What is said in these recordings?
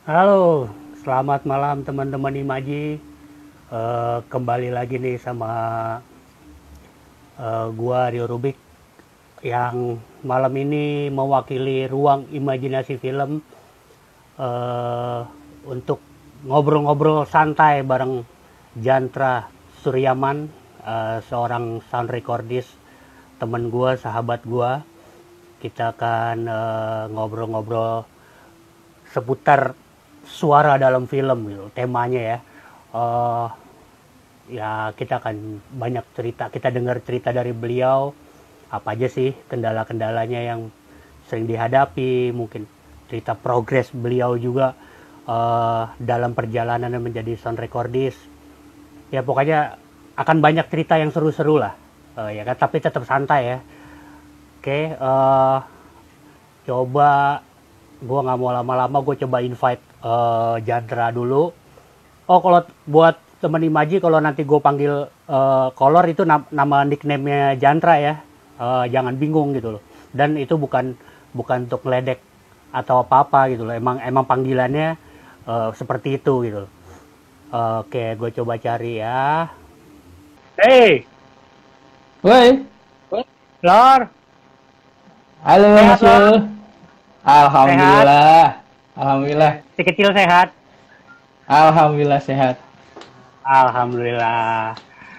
Halo, selamat malam teman-teman Imaji. Kembali lagi nih sama gua Rio Rubik yang malam ini mewakili ruang imajinasi film eh, untuk ngobrol-ngobrol santai bareng Jantra Suryaman, seorang sound recordist, teman gua, sahabat gua. Kita akan ngobrol-ngobrol seputar suara dalam film gitu temanya ya. Eh, Ya kita akan banyak cerita, kita dengar cerita dari beliau apa aja sih kendala-kendalanya yang sering dihadapi, mungkin cerita progres beliau juga dalam perjalanan menjadi sound recordist. Ya pokoknya akan banyak cerita yang seru-seru lah. Ya kan, tapi tetap santai ya. Oke, coba gue nggak mau lama-lama, gue coba invite Jandra dulu. Oh, kalau buat temen Imaji, kalau nanti gue panggil Kolor itu nama nickname-nya Jandra ya. Jangan bingung gitu loh. Dan itu bukan untuk ngeledek atau apa-apa gitu loh. Emang panggilannya seperti itu gitu loh. Oke, gue coba cari ya. Hey, Woi, Lor, halo sehat Mas Lor? Yul. Sehat? Alhamdulillah, alhamdulillah, Si kecil sehat? alhamdulillah sehat. Alhamdulillah.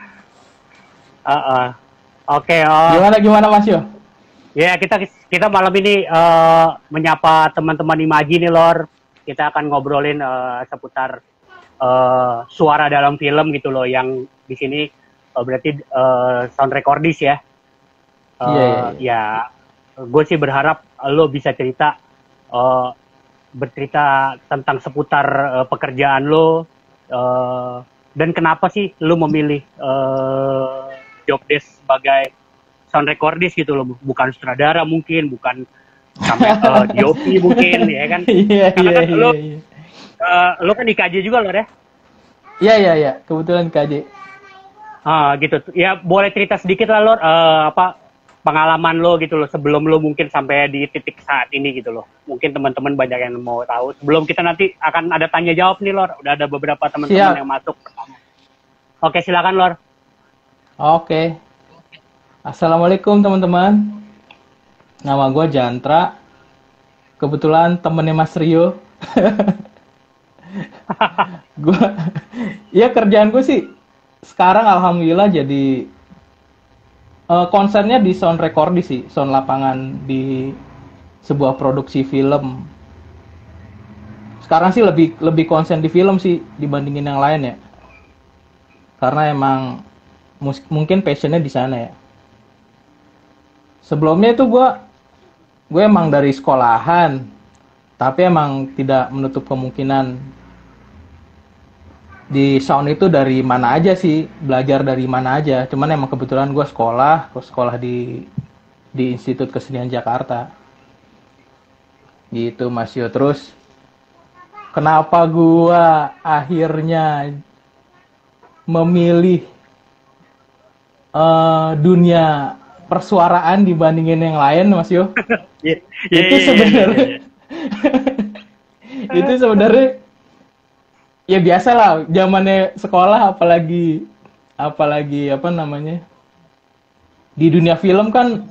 Uh, Oke, oh Gimana gimana Mas Yul? ya, kita kita malam ini menyapa teman-teman Imaji nih Lor. Kita akan ngobrolin seputar suara dalam film gitu loh, yang di sini berarti sound recordist ya. Iya iya iya. Ya, gue sih berharap lo bisa cerita, eh, bercerita tentang seputar pekerjaan lo, dan kenapa sih lo memilih job desk sebagai sound recordist gitu loh, bukan sutradara mungkin, bukan sampai DOP mungkin ya kan, Iya karena iya kan iya iya. lo kan IKJ juga lo ya. Iya iya iya. Kebetulan KJ. Gitu ya, boleh cerita sedikit lah Lor, apa pengalaman lo gitu loh sebelum lo mungkin sampai di titik saat ini gitu loh. Mungkin teman-teman banyak yang mau tahu. Sebelum kita nanti akan ada tanya jawab nih Lor, udah ada beberapa teman-teman Siap. yang masuk. Oke, silakan Lor. Oke. Assalamualaikum teman-teman. Nama gue Jantra. Kebetulan temennya Mas Rio. Gue, ya kerjaan gue sih sekarang alhamdulillah jadi konsennya di sound recording sih, sound lapangan di sebuah produksi film. Sekarang sih lebih lebih konsen di film sih dibandingin yang lain ya. Karena emang mungkin passionnya di sana ya. Sebelumnya itu gue emang dari sekolahan, tapi emang tidak menutup kemungkinan di sound itu dari mana aja sih, belajar dari mana aja. Cuman emang kebetulan gue sekolah di Institut Kesenian Jakarta. Gitu Mas Yo. Terus kenapa gue akhirnya memilih dunia persuaraan dibandingin yang lain Mas Yo? Iya, iya, Itu iya, iya, sebenarnya iya. itu sebenarnya ya biasa lah zamannya sekolah, apalagi apalagi apa namanya, di dunia film kan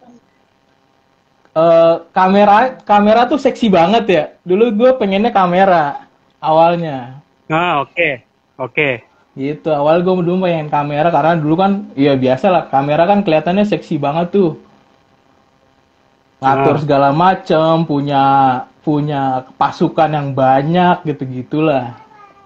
kamera kamera tuh seksi banget ya. Dulu gue pengennya kamera awalnya Oke, oke. gitu. Awal gue dulu pengen kamera karena dulu kan ya biasa lah, kamera kan kelihatannya seksi banget tuh, ngatur Ah, segala macem, punya punya pasukan yang banyak gitu gitulah.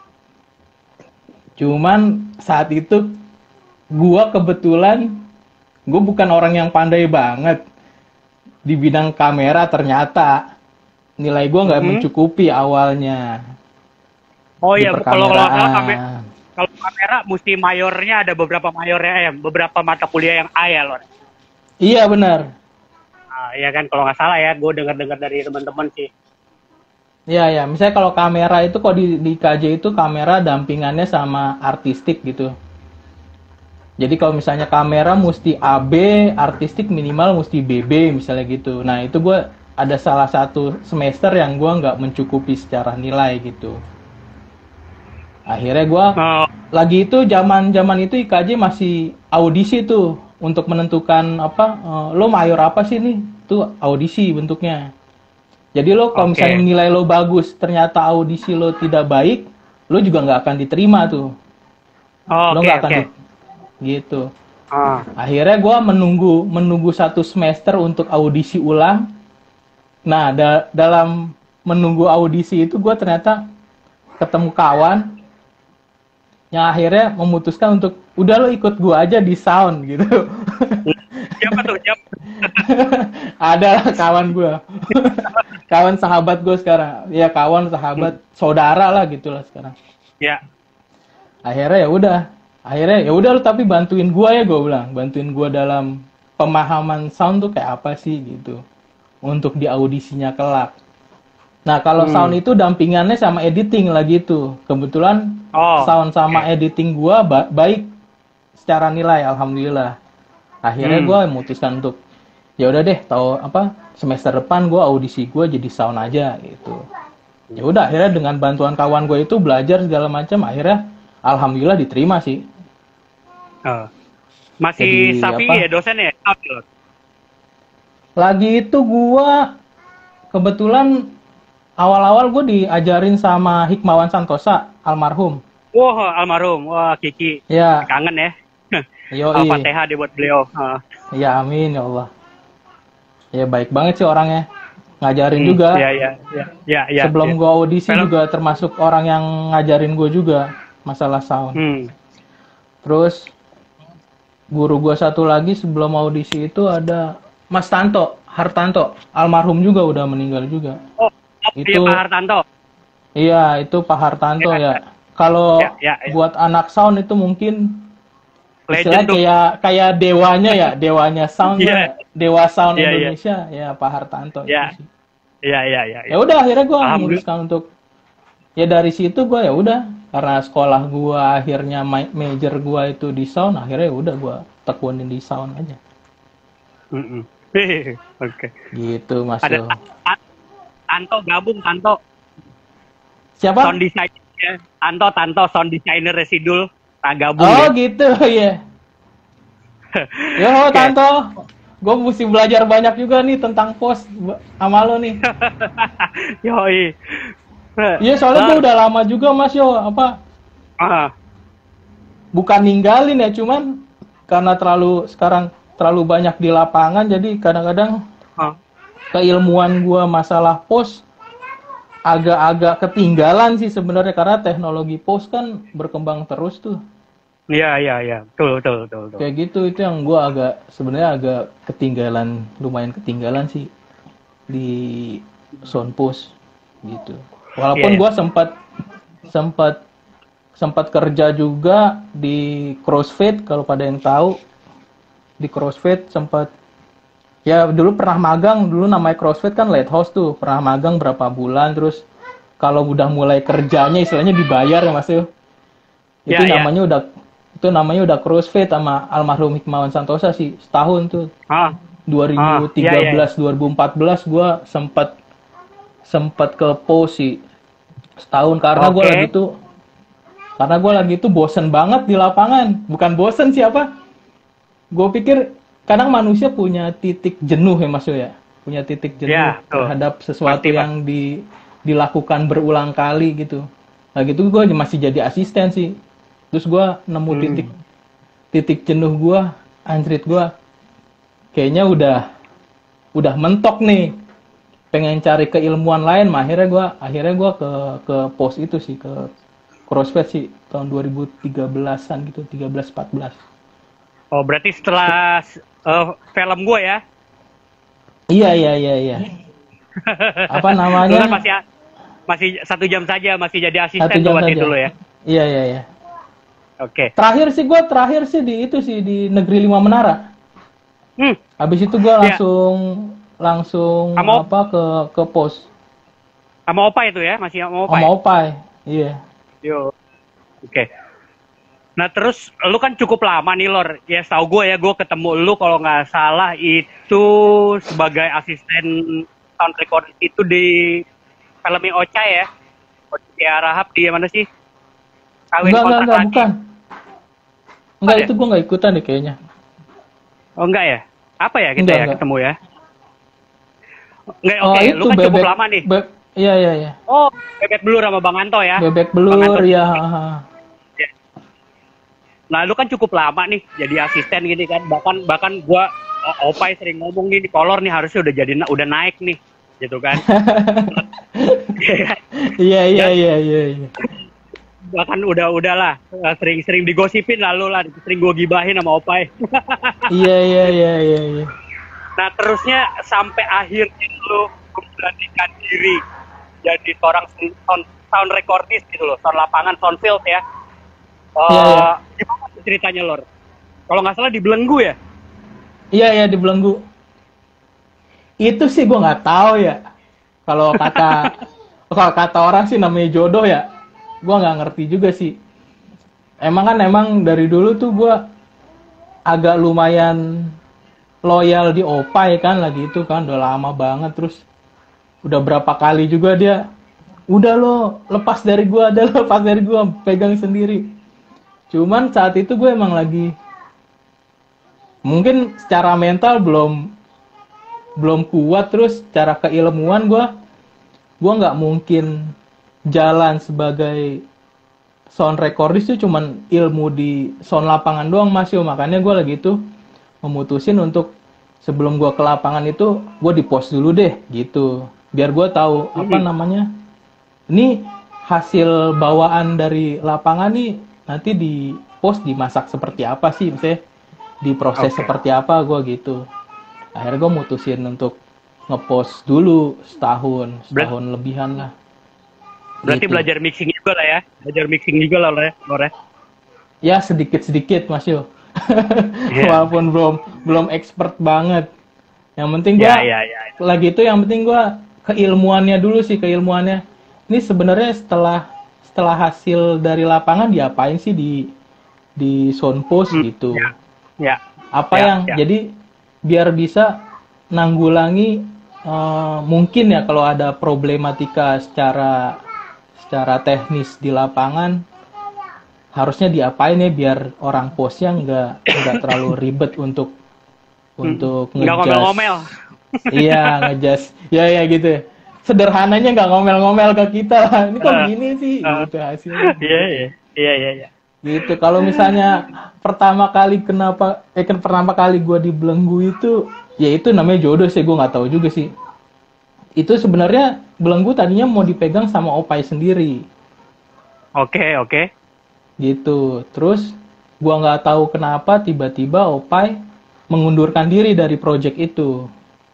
Cuman saat itu gua kebetulan gue bukan orang yang pandai banget di bidang kamera, ternyata nilai gue nggak mhm. mencukupi awalnya Oh di iya, kalau nggak salah perkameraan. kalau kamera mesti mayornya ada beberapa mayornya ya, beberapa mata kuliah yang A ya Lor. Iya benar. Iya kan, kalau nggak salah ya, gue dengar-dengar dari teman-teman sih. Iya ya, misalnya kalau kamera itu kok di KJ itu kamera dampingannya sama artistik gitu. Jadi kalau misalnya kamera mesti AB, artistik minimal mesti BB misalnya gitu. Nah itu gue ada salah satu semester yang gue nggak mencukupi secara nilai gitu. Akhirnya gue Oh, lagi itu zaman itu IKJ masih audisi tuh untuk menentukan apa lo mayor apa sih nih, tuh audisi bentuknya. Jadi lo kalau oke. misalnya nilai lo bagus ternyata audisi lo tidak baik, lo juga nggak akan diterima tuh, Oh, lo oke, nggak akan oke. gitu. Ah, Akhirnya gue menunggu satu semester untuk audisi ulang. Nah, dalam menunggu audisi itu gue ternyata ketemu kawan yang akhirnya memutuskan untuk udah lo ikut gue aja di sound gitu. siapa tuh? Siapa? Ada lah kawan gue, kawan sahabat gue sekarang. Ya kawan sahabat saudara lah gitulah sekarang. Ya. Akhirnya ya udah lo tapi bantuin gue ya, gue bilang bantuin gue dalam pemahaman sound tuh kayak apa sih gitu untuk di audisinya kelak. Nah, kalau sound itu dampingannya sama editing lagi tuh. Kebetulan Oh, sound sama oke. editing gua baik secara nilai, alhamdulillah. Akhirnya gua memutuskan untuk ya udah deh, tahu apa semester depan gua audisi gua jadi sound aja gitu. Ya udah akhirnya dengan bantuan kawan gue itu belajar segala macam, akhirnya alhamdulillah diterima sih. Oh. Masih Jadi Safi ya apa? dosen ya? Abdul. Lagi itu gua kebetulan awal-awal gue diajarin sama Hikmawan Santosa, almarhum. Wah, almarhum. Wah, Kiki. Ya, Kangen ya. yoi. Al-Fatihah dia buat beliau. Ah. Ya amin ya Allah. Ya baik banget sih orangnya. Ngajarin juga. Ya, ya, ya, ya, ya, ya. Sebelum gue audisi Film. juga termasuk orang yang ngajarin gue juga masalah sound. Hmm. Terus guru gue satu lagi sebelum audisi itu ada Mas Tanto, Hartanto. Almarhum juga udah meninggal juga. Oh, iya Itu Pak Hartanto. iya itu Pak Hartanto Ya, ya. Kalau ya, ya, ya. buat anak sound itu mungkin Legend istilahnya tuh. kayak dewanya ya, dewanya sound Iya, dewa sound iya, iya. Indonesia ya Pak Hartanto itu Ya, sih. ya, ya, ya, Ya ya. udah akhirnya gue Alhamdulillah. memutuskan untuk ya dari situ gue ya udah karena sekolah gue akhirnya major gue itu di sound, akhirnya ya udah gue tekunin di sound aja Mm-mm. Oke. gitu Mas Ada Yo. Tanto gabung Tanto Siapa? sound designer ya. Tanto sound designer Residul gabung Oh deh. gitu ya. Yo Oke. Tanto, gue mesti belajar banyak juga nih tentang pos sama lo nih. Yoi. Iya soalnya gue udah lama juga Mas Yo, apa Ah, bukan ninggalin ya, cuman karena sekarang terlalu banyak di lapangan, jadi kadang-kadang ah. keilmuan gue masalah pos agak-agak ketinggalan sih sebenarnya karena teknologi pos kan berkembang terus tuh. Iya, iya, iya. Betul, betul, betul, betul. Kayak gitu itu yang gue sebenarnya agak ketinggalan, lumayan ketinggalan sih di sound pos gitu. Walaupun Iya. gue sempat kerja juga di CrossFit, kalau pada yang tahu di CrossFit sempat ya dulu pernah magang, dulu namanya CrossFit kan lighthouse tuh, pernah magang berapa bulan, terus kalau udah mulai kerjanya istilahnya dibayar ya Mas Yo. Itu Ya, ya. namanya udah CrossFit sama almarhum Hikmawan Santosa sih, setahun tuh. Ah, ya, ya, ya. 2013 2014 gue sempat ke pos sih setahun Oke. karena gue lagi tuh bosen banget di lapangan, bukan bosen siapa, gue pikir kadang manusia punya titik jenuh ya Mas Yo ya, punya titik jenuh Ya, betul. terhadap sesuatu Pasti, Pak. yang dilakukan berulang kali gitu. Nah gitu gue masih jadi asisten sih, terus gue nemu titik jenuh gue, anjrit gue kayaknya udah mentok nih, pengen cari keilmuan lain, mah akhirnya gua ke pos itu sih, ke CrossFit sih tahun 2013-an gitu, 13-14. Oh, berarti setelah film gue ya. Iya. Apa Lu kan namanya? masih 1 jam saja, masih jadi Satu asisten tuh jam waktu saja. itu lo ya. Iya. Oke. Terakhir sih di Negeri 5 Menara. Hmm. Habis itu gua Ya. langsung Sama ke pos sama Opa itu ya, masih sama Opa sama ya? Opai. Iya. Yo. Oke. Nah terus lu kan cukup lama nih Lor. Ya setahu gue ya, gue ketemu lu kalau nggak salah itu sebagai asisten sound recording itu di filmnya Ocha ya. Ocha Rahab di mana sih? Kawin kontrak Enggak, laki. bukan. Enggak, Ada? itu gue nggak ikutan deh kayaknya. Oh enggak ya? Apa ya kita Enggak. ketemu ya? Enggak, Oh, oke. itu Lu kan cukup lama nih. Iya. Oh, Bebek Belur sama Bang Anto ya? Bebek Bang belur, Anto. ya. Nah, lu kan cukup lama nih jadi asisten gini kan. Bahkan gua Opai sering ngomong nih, kolor nih harusnya udah naik nih, gitu kan. Iya. Bahkan udahlah sering digosipin lalu lah, sering gua gibahin sama Opai. Iya. Nah, terusnya sampai akhirnya lu memberanikan diri jadi seorang sound recordist gitu loh, sound lapangan, sound field ya. Iya. Gimana tuh ceritanya, Lor? Kalau nggak salah di Belenggu ya? Iya, di Belenggu. Itu sih gue nggak tahu ya. Kalau kata orang sih namanya jodoh ya. Gue nggak ngerti juga sih. Emang dari dulu tuh gue agak lumayan loyal di Opai kan, lagi itu kan udah lama banget. Terus udah berapa kali juga dia, udah lo lepas dari gue, pegang sendiri. Cuman saat itu gue emang lagi mungkin secara mental belum kuat, terus secara keilmuan gue nggak mungkin jalan sebagai sound recordist itu cuman ilmu di sound lapangan doang Mas yo. Makanya gue lagi itu memutusin untuk sebelum gue ke lapangan itu gue di post dulu deh gitu, biar gue tahu apa namanya, ini hasil bawaan dari lapangan nih nanti di post dimasak seperti apa sih, misalnya diproses seperti apa gue gitu. Akhirnya gue mutusin untuk ngepost dulu setahun lebihan lah. Berarti Gitu. belajar mixing juga lah ya? Lor ya? Ya sedikit Mas Yo. Yeah. Walaupun belum expert banget. Yang penting gue lagi itu, yang penting gue keilmuannya dulu sih, keilmuannya. Ini sebenarnya setelah hasil dari lapangan diapain sih di soundpost gitu. Ya. Jadi biar bisa nanggulangi mungkin ya kalau ada problematika secara teknis di lapangan, harusnya diapain ya biar orang postnya nggak terlalu ribet untuk Nggak ngejas. ngomel-ngomel. Iya, ngejas. Ya gitu. Sederhananya nggak ngomel-ngomel ke kita lah. Ini kok gini sih gitu hasilnya. Iya. Gitu. Kalau misalnya pertama kali gue di Belenggu itu, ya itu namanya jodoh sih, gue nggak tahu juga sih. Itu sebenarnya Belenggu tadinya mau dipegang sama Opai sendiri. Oke. Gitu. Terus gue nggak tahu kenapa tiba-tiba Opai mengundurkan diri dari project itu.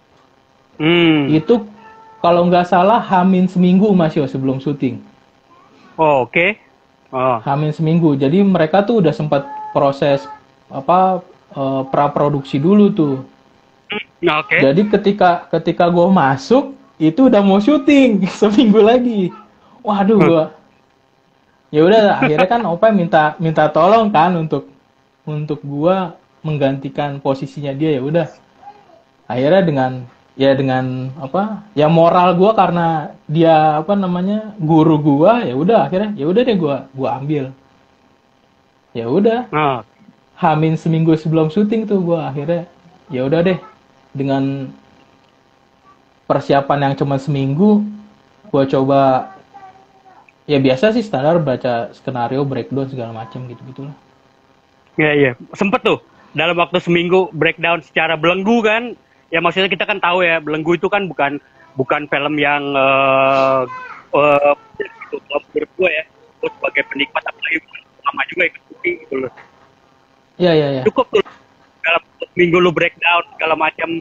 Itu kalau nggak salah Hamin seminggu Mas Yo sebelum syuting. Oke. Hamin seminggu. Jadi mereka tuh udah sempat proses pra-produksi dulu tuh. Oke. Jadi ketika gue masuk itu udah mau syuting seminggu lagi. Waduh gue. Ya udah akhirnya kan Opai minta tolong kan untuk gue menggantikan posisinya dia. Ya udah. Akhirnya dengan moral gue karena dia guru gue, ya udah akhirnya deh gue ambil. Ya udah. Hamin seminggu sebelum syuting tuh gue akhirnya ya udah deh, dengan persiapan yang cuma seminggu gue coba ya biasa sih standar baca skenario, breakdown segala macam gitu-gitulah. Iya. Sempet tuh dalam waktu seminggu breakdown secara Belenggu kan. Ya maksudnya kita kan tahu ya, Belenggu itu kan bukan film yang gitu. Kalau menurut gue ya, gue sebagai penikmat apalagi lama juga ikut syuting gitu loh. Iya. Cukup tuh dalam seminggu lu breakdown segala macam.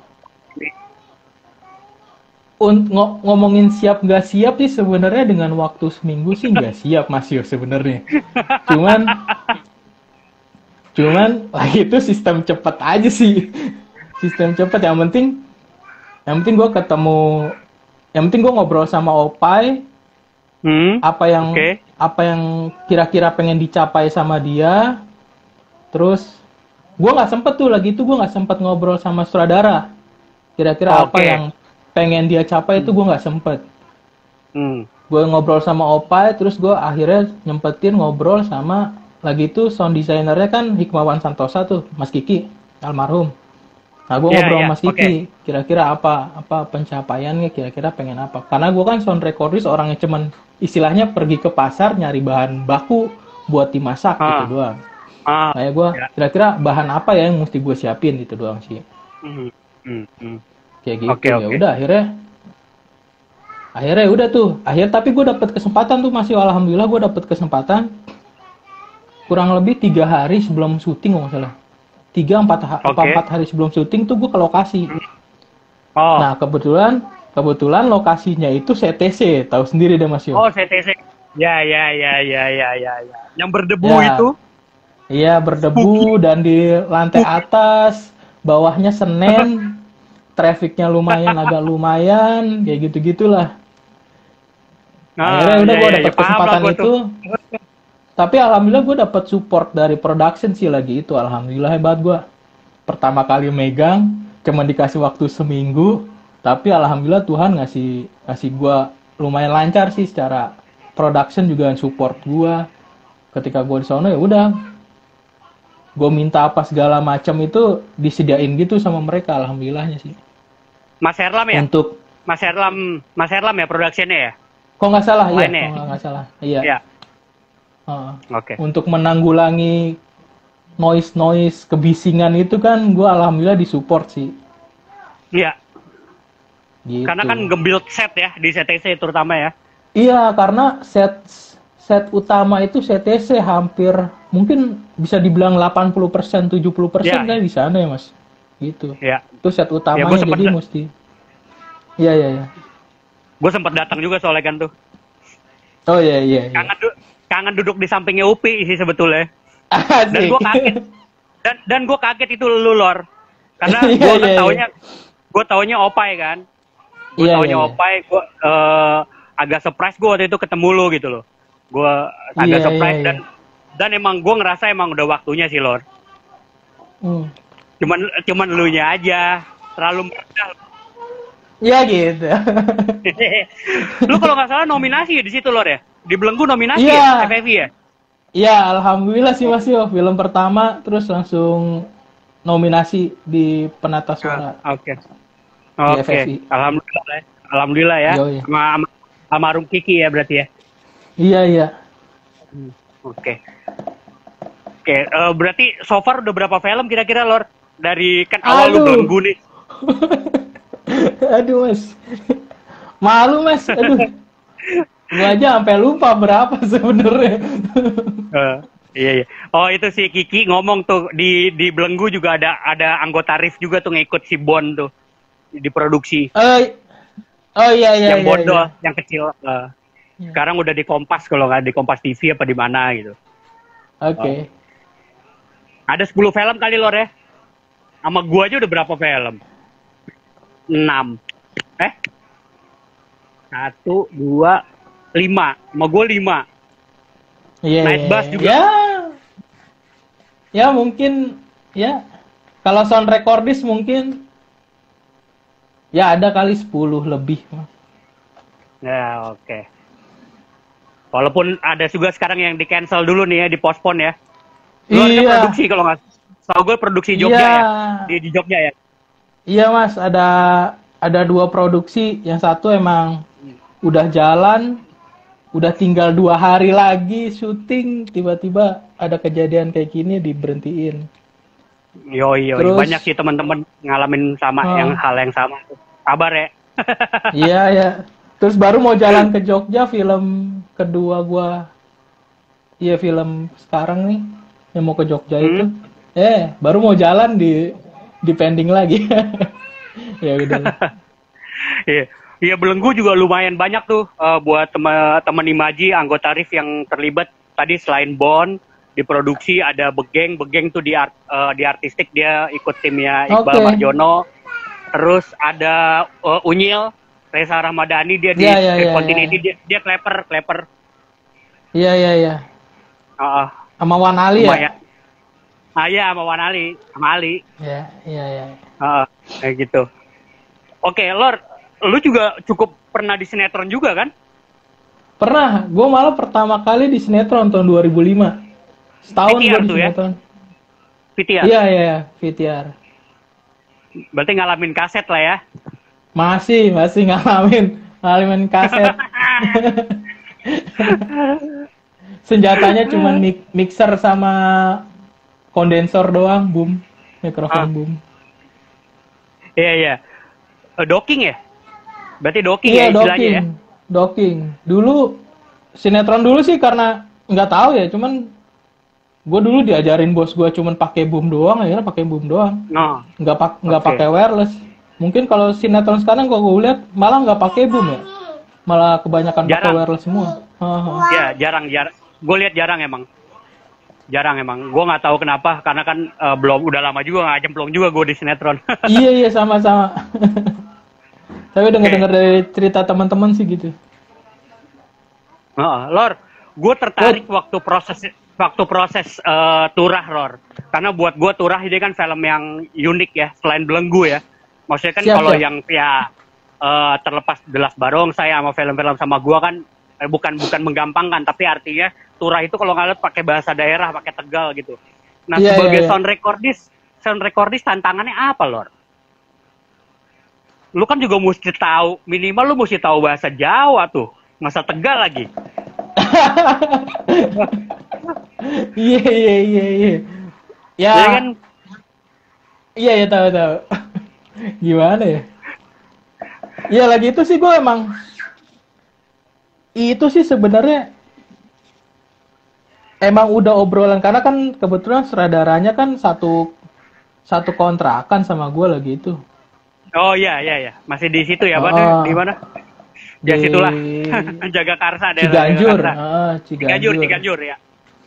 Ngomongin siap nggak siap sih sebenarnya dengan waktu seminggu sih nggak siap Mas Yo sebenarnya. Cuman itu sistem cepat aja sih. Sistem cepat, yang penting gue ketemu, yang penting gue ngobrol sama Opai, apa yang kira-kira pengen dicapai sama dia. Terus gue nggak sempet tuh lagi itu, gue nggak sempet ngobrol sama sutradara, kira-kira pengen dia capai itu gue nggak sempet. Gue ngobrol sama Opai, terus gue akhirnya nyempetin ngobrol sama lagi tuh sound designernya kan Hikmawan Santosa tuh, Mas Kiki almarhum. Nah gue ngobrol sama Mas Kiki, kira-kira apa pencapaiannya, kira-kira pengen apa? Karena gue kan sound recordist orangnya cuman istilahnya pergi ke pasar nyari bahan baku buat dimasak gitu doang. Kayak gue kira-kira bahan apa ya yang mesti gue siapin gitu doang sih. Kayak gitu ya udah akhirnya udah tuh tapi gue dapet kesempatan tuh alhamdulillah gue dapet kesempatan kurang lebih 3 hari sebelum syuting nggak salah 3-4 hari sebelum syuting tuh gue ke lokasi. Nah kebetulan lokasinya itu CTC, tahu sendiri deh Mas Yo. CTC ya yang berdebu itu. Iya berdebu dan di lantai atas bawahnya Senen. Trafficnya agak lumayan kayak gitu-gitulah. Akhirnya udah gue dapet kesempatan itu. Tapi alhamdulillah gue dapet support dari production sih lagi itu. Alhamdulillah hebat gue. Pertama kali megang, cuma dikasih waktu seminggu. Tapi alhamdulillah Tuhan ngasih gue lumayan lancar sih secara production juga support gue. Ketika gue di sana ya udah, gue minta apa segala macam itu disediain gitu sama mereka. Alhamdulillahnya sih. Mas Herlam ya? Untuk Mas Herlam ya produksinya ya? Kok nggak salah ya? Kok nggak salah. Iya. Untuk menanggulangi noise kebisingan itu kan gue alhamdulillah disupport sih. Iya. Gitu. Karena kan nge-build set ya di CTC terutama ya. Iya, karena set utama itu CTC hampir mungkin bisa dibilang 80%, 70% kan di sana ya, Mas. Gitu. Iya. Itu set utamanya jadi mesti. Iya. Gue sempat datang juga soalnya kan tuh. Oh iya. Kangen duduk di sampingnya Upi sih sebetulnya. Dan gue kaget itu lu Lor. Karena gue taunya Opai kan. Gue taunya Opai, gue agak surprise gue waktu itu ketemu lu gitu loh. Gue agak surprise dan emang gue ngerasa emang udah waktunya sih Lor. Cuman elunya aja terlalu mudah. Ya gitu. Lu kalau nggak salah nominasi ya di situ Lor ya? Di Belenggu nominasi ya FFI ya? Iya, alhamdulillah sih Mas Yo. Film pertama terus langsung nominasi di Penata Suara. Oke. Alhamdulillah ya. Sama Rum Kiki ya berarti ya? Iya. Oke, berarti so far udah berapa film kira-kira Lor? Dari kan awal lu Belenggu nih. Aduh Mas. Malu Mas. Aduh. Gua aja sampai lupa berapa sebenarnya. Iya. Oh itu si Kiki ngomong tuh di Belenggu juga ada anggota RIF juga tuh ngikut si Bon tuh diproduksi. Oh iya. Yang bodoh, yang kecil. Sekarang udah di Kompas kalau nggak di Kompas TV apa di mana gitu. Oke. Ada 10 film kali Lor ya. Sama gua aja udah berapa film? 6. 1, 2, 5. Sama gua 5. Iya. Night Bus juga. Ya mungkin ya. Kalau sound recordist mungkin ya ada kali 10 lebih. Ya oke. Walaupun ada juga sekarang yang di cancel dulu nih ya, di postpone ya. Lu ada produksi kalau nggak, tahu gue produksi Jogja ya, di Jogja ya. Iya Mas, ada 2 produksi, yang satu emang udah jalan, udah tinggal 2 hari lagi syuting, tiba-tiba ada kejadian kayak gini diberhentiin. Yoi. Banyak sih teman-teman ngalamin hal yang sama. Kabar ya. Iya. Terus baru mau jalan ke Jogja, film kedua gua. Iya, film sekarang nih yang mau ke Jogja itu. Baru mau jalan di pending lagi. Ya udah. Iya, Belenggu juga lumayan banyak tuh buat teman Imaji, anggota RIF yang terlibat. Tadi selain Bon, di produksi ada Begeng tuh di artistik, dia ikut timnya Iqbal Marjono. Terus ada Unyil, Reza Rahmadani, dia di Continuity, dia Kleper. Iya. Sama Wan Ali ya? Iya, sama Wan Ali, sama Ali. Iya. Kayak gitu. Oke, Lor, lu juga cukup pernah di sinetron juga kan? Pernah, gue malah pertama kali di sinetron tahun 2005. Setahun gue VTR di tuh ya? sinetron. VTR. Iya, iya, VTR. Berarti ngalamin kaset lah ya. Masih ngalamin kaset. Senjatanya cuma mixer sama kondensor doang, boom. Mikrofon boom. Iya, iya. Docking ya? Berarti docking Iya, ya istilahnya ya? docking. Dulu sinetron dulu sih karena nggak tahu ya, cuman gue dulu diajarin bos gue cuman pakai boom doang, akhirnya pakai boom doang. Oh. Nggak pakai wireless. Mungkin kalau sinetron sekarang kalau gue lihat malah nggak pakai boom ya, malah kebanyakan pakai wireless semua. Ya, jarang. Gue lihat jarang emang. Gue nggak tahu kenapa, karena kan belum, udah lama juga nggak jemplung juga gue di sinetron. Iya sama-sama. Tapi dengar dari cerita teman-teman sih gitu. Lor, gue tertarik waktu proses Turah, Lor. Karena buat gue Turah ini kan film yang unik ya, selain Belenggu ya. Maksudnya kan kalau yang ya terlepas Belas Barong saya sama film-film sama gue kan bukan menggampangkan, tapi artinya Turah itu kalau ngeliat pakai bahasa daerah, pakai Tegal gitu. Nah, sebagai sound recordist tantangannya apa, Lor? Lu kan juga mesti tahu, minimal lu mesti tahu bahasa Jawa tuh, masa Tegal lagi. Iya. Ya kan? Iya tahu. Gimana ya? Ya lagi itu sih gue emang itu sih sebenarnya emang udah obrolan, karena kan kebetulan sutradaranya kan satu kontrakan sama gue lagi itu. Oh iya, masih di situ ya, di mana? Ya situlah. Jagakarsa daerah Ciganjur. Ciganjur ya.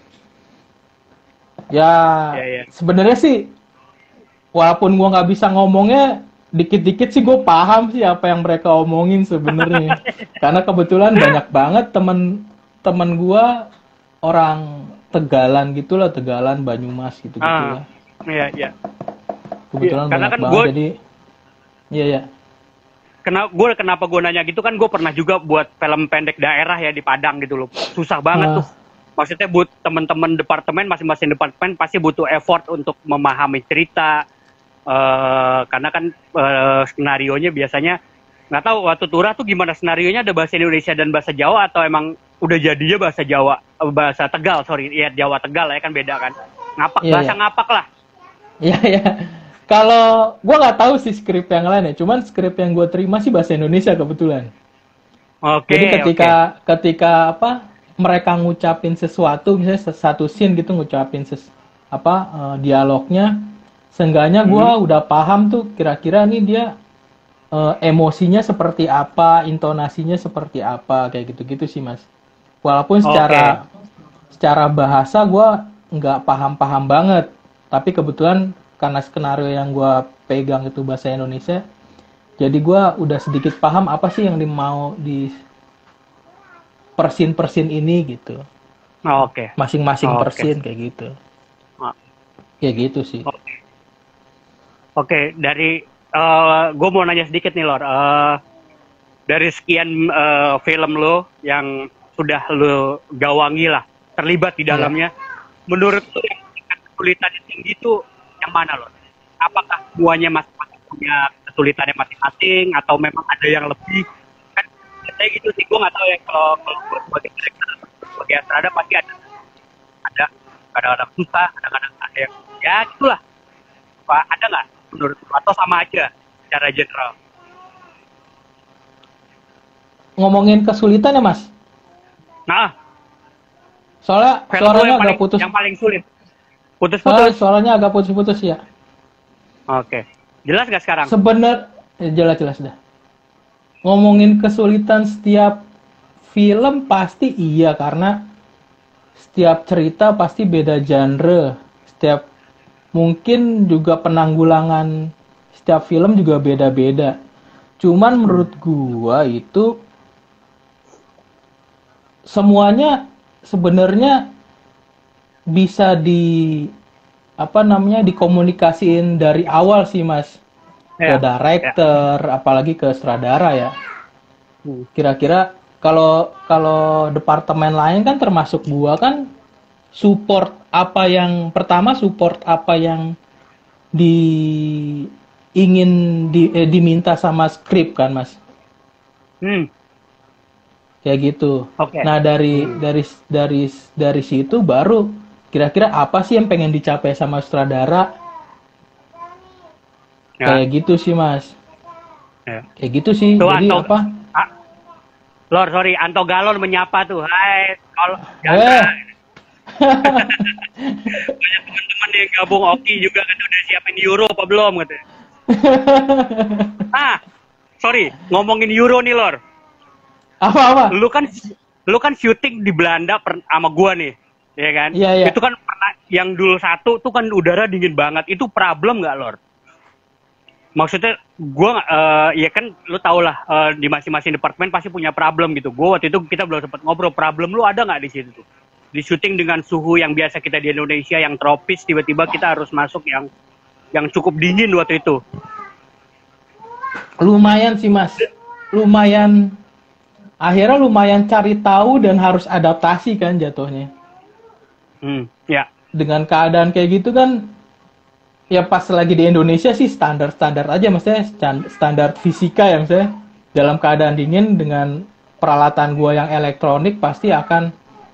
Ya. Sebenarnya sih walaupun gue nggak bisa ngomongnya, dikit-dikit sih gue paham sih apa yang mereka omongin sebenarnya. Karena kebetulan banyak banget teman gue orang Tegalan gitulah, Tegalan, Banyumas gitu lah. Iya. Kebetulan banyak banget, jadi iya. Kenapa gue nanya gitu kan, gue pernah juga buat film pendek daerah ya di Padang gitu loh. Susah banget tuh. Maksudnya buat teman-teman departemen, masing-masing departemen pasti butuh effort untuk memahami cerita. Karena kan skenarionya biasanya nggak tahu waktu Turah tuh gimana skenarionya, ada bahasa Indonesia dan bahasa Jawa atau emang udah jadinya bahasa Tegal, Jawa Tegal ya kan, beda kan. Bahasa ngapak lah. Iya. Kalau gue nggak tahu sih skrip yang lain ya, cuman skrip yang gue terima sih bahasa Indonesia kebetulan. Jadi ketika apa mereka ngucapin sesuatu, misalnya satu scene gitu ngucapin dialognya, seenggaknya gue udah paham tuh kira-kira nih dia emosinya seperti apa, intonasinya seperti apa, kayak gitu-gitu sih mas. Walaupun secara bahasa gue nggak paham banget, tapi kebetulan karena skenario yang gue pegang itu bahasa Indonesia, jadi gue udah sedikit paham apa sih yang mau di persin ini gitu. Masing-masing persin kayak gitu. Kayak gitu sih. Oke, dari gue mau nanya sedikit nih Lor. Dari sekian film lo yang sudah lo gawangi lah, terlibat di dalamnya, menurut lo yang kesulitannya tinggi itu yang mana Lor? Apakah semuanya masing-masing punya kesulitannya masing-masing atau memang ada yang lebih? Kan saya gitu sih, gue nggak tahu ya, kalau gue sebagai director, sebagai sutradara pasti ada kadang-kadang susah, kadang-kadang ada yang ya gitulah. Ada nggak menurut lo, atau sama aja secara general? Ngomongin kesulitan ya mas? Nah, soalnya suaranya agak putus. Yang paling sulit. Putus-putus. Suaranya agak putus-putus ya. Oke. Jelas gak sekarang? Jelas dah. Ngomongin kesulitan setiap film pasti iya, karena setiap cerita pasti beda genre. Mungkin juga penanggulangan setiap film juga beda-beda. Cuman menurut gua itu semuanya sebenarnya bisa dikomunikasiin dari awal sih mas. ke Ya. director, apalagi ke sutradara ya. Hmm. Kira-kira kalau departemen lain kan termasuk gua kan support apa yang di diminta sama skrip kan Mas. Hmm. Kayak gitu. Oke. Nah, dari Hmm. dari dari dari situ baru kira-kira apa sih yang pengen dicapai sama sutradara? Ya. Kayak gitu sih, Mas. Ya. Kayak gitu sih. Tuh Jadi Anto, apa? ah, Lor, sorry, Anto Galon menyapa tuh. Hai, kalau Chandra, Eh, banyak teman-teman yang gabung Oki juga kan udah siapin Euro apa belum katanya. Ah, sorry, ngomongin Euro nih Lor. apa-apa? Lu kan syuting di Belanda sama gua nih, ya kan? Iya, iya. Itu kan pernah yang dulu satu tuh kan udara dingin banget. Itu problem nggak Lor? Maksudnya gua ya kan lu tau lah di masing-masing departemen pasti punya problem gitu. Gua waktu itu kita belum sempat ngobrol, problem lu ada nggak di situ tuh? Di syuting dengan suhu yang biasa kita di Indonesia yang tropis, tiba-tiba kita harus masuk yang cukup dingin waktu itu. Lumayan sih, Mas. Lumayan akhirnya lumayan cari tahu dan harus adaptasi kan jatuhnya. Ya. Dengan keadaan kayak gitu kan ya pas lagi di Indonesia sih standar-standar aja maksudnya standar fisika ya maksudnya dalam keadaan dingin dengan peralatan gua yang elektronik pasti akan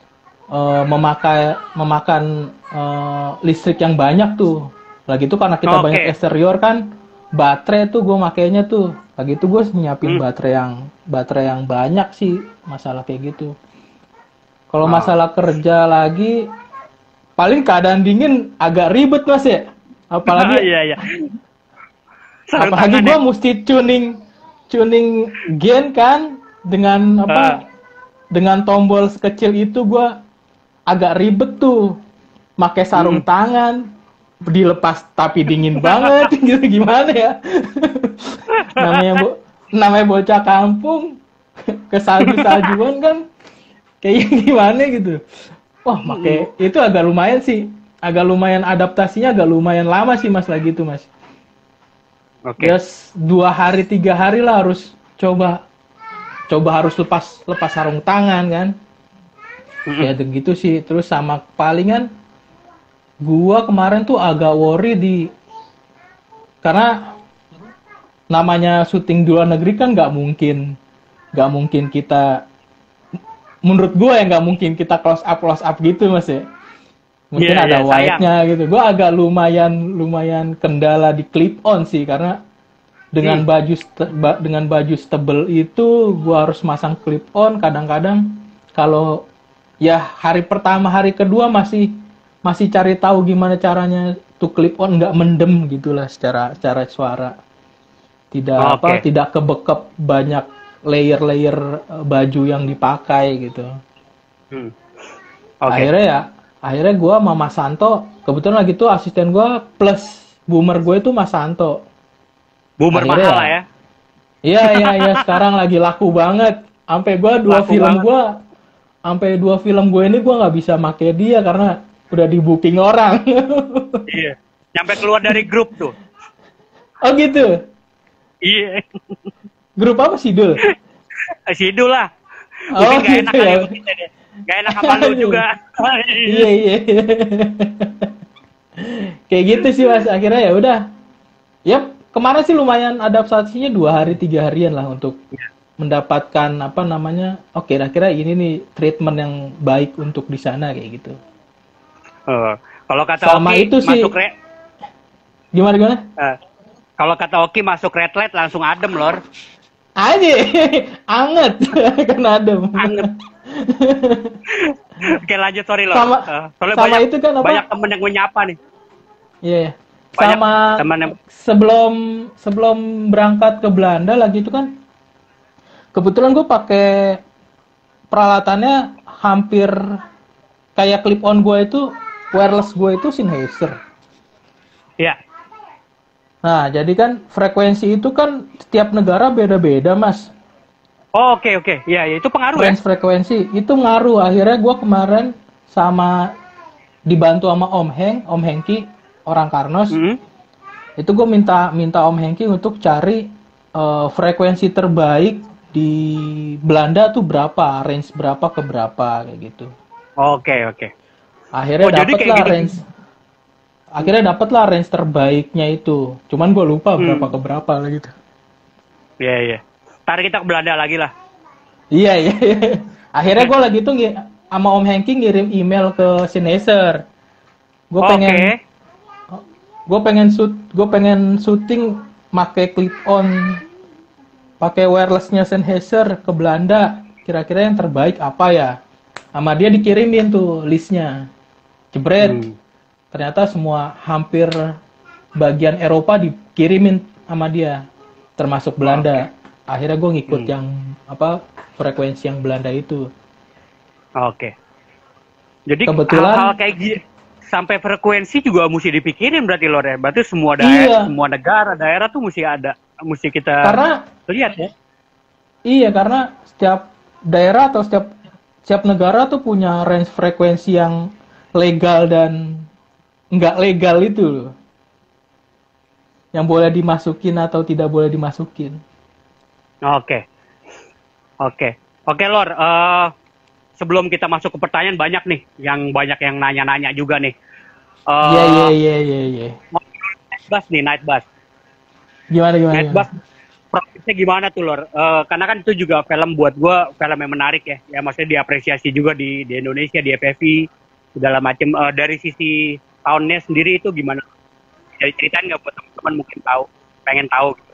memakan listrik yang banyak tuh. Lagi itu karena kita banyak eksterior kan baterai tuh gue makainya tuh. Lagi itu gue nyiapin baterai yang banyak sih masalah kayak gitu. Kalau masalah kerja lagi paling keadaan dingin agak ribet Mas ya. Apalagi iya. apalagi gue mesti tuning gen kan dengan dengan tombol sekecil itu gue agak ribet tuh. Pakai sarung tangan dilepas tapi dingin banget gitu gimana ya. namanya bocah kampung ke salju-saljuan kan kayak gimana gitu. Wah, itu agak lumayan sih. Agak lumayan adaptasinya agak lumayan lama sih Mas lagi itu Mas. Oke. Yes, 2 hari 3 hari lah harus coba harus lepas sarung tangan kan. Ya gitu sih. Terus sama palingan gua kemarin tuh agak worry karena namanya syuting di luar negeri kan nggak mungkin kita menurut gua ya nggak mungkin kita close up gitu Mas ya. Mungkin ada wide-nya gitu. Gua agak lumayan kendala di clip on sih karena dengan baju stebel itu gua harus masang clip on kadang-kadang kalau ya hari pertama hari kedua masih cari tahu gimana caranya tuh clip on nggak mendem gitulah secara suara tidak kebekep banyak layer baju yang dipakai gitu. Akhirnya gue sama Mas Santo kebetulan lagi tuh asisten gue plus boomer gue itu Mas Santo. Boomer mahal lah ya. Iya sekarang lagi laku banget. Sampai dua film gue ini gue nggak bisa make dia karena udah di booking orang. Iya. Sampai keluar dari grup tuh. Oh gitu. Iya. Grup apa Sidul? Sidul lah. Oh gak gitu ya. Gak enak sama lu juga. Iya. Kayak gitu sih Mas. Akhirnya ya udah. Yap, kemarin sih lumayan adaptasinya 2 hari 3 harian lah untuk mendapatkan kira-kira ini nih treatment yang baik untuk di sana kayak gitu. Kalau kata sama Oki itu sih, masuk gimana? Kalau kata Oki masuk red light langsung adem Lor. Aja, anget kan adem. Anget. Oke lanjut sorry Lor. Soalnya sama itu kan apa? Banyak temen yang menyapa nih. Iya. Yeah. Sama sebelum berangkat ke Belanda lagi itu kan kebetulan gue pakai peralatannya hampir kayak clip on gue itu wireless gue itu Sennheiser. Iya. Nah, jadi kan frekuensi itu kan setiap negara beda-beda, Mas. Oh, oke. Ya, itu pengaruh ya? Frekuensi itu ngaruh. Akhirnya gue kemarin dibantu sama Om Hengki, orang Karnos. Itu gue minta Om Hengki untuk cari frekuensi terbaik di Belanda tuh berapa, range berapa ke berapa kayak gitu. Oke, oke. Akhirnya Oh, jadi dapet kayak lah gini. range terbaiknya itu. Cuman gue lupa berapa ke berapa lah gitu. Iya, iya. Ntar kita ke Belanda lagi lah. Iya, iya. Akhirnya gue lagi tuh sama Om Hengki ngirim email ke Sennheiser. Gue pengen gue pengen syuting pakai clip on, pakai wirelessnya Sennheiser ke Belanda. Kira-kira yang terbaik apa ya? Sama dia dikirimin tuh listnya. Jebret. Ternyata semua hampir bagian Eropa dikirimin sama dia, termasuk Belanda. Akhirnya gue ngikut yang frekuensi yang Belanda itu. Oke. Jadi Kebetulan hal-hal kayak gini sampai frekuensi juga mesti dipikirin berarti Lor ya. Berarti semua daerah, semua daerah tuh mesti kita lihat ya. Iya, karena setiap daerah atau setiap negara tuh punya range frekuensi yang legal dan nggak legal itu loh. Yang boleh dimasukin atau tidak boleh dimasukin. Oke. Oke Lor, sebelum kita masuk ke pertanyaan banyak yang nanya-nanya juga nih. Iya. Night bus. Gimana? Night bus prosesnya gimana tuh Lor? Karena kan itu juga film buat gue film yang menarik ya. Ya maksudnya diapresiasi juga di Indonesia, di FFI segala macam. Dari sisi tahunnya sendiri itu gimana? Jadi ceritain nggak buat teman-teman mungkin pengen tahu. Gitu.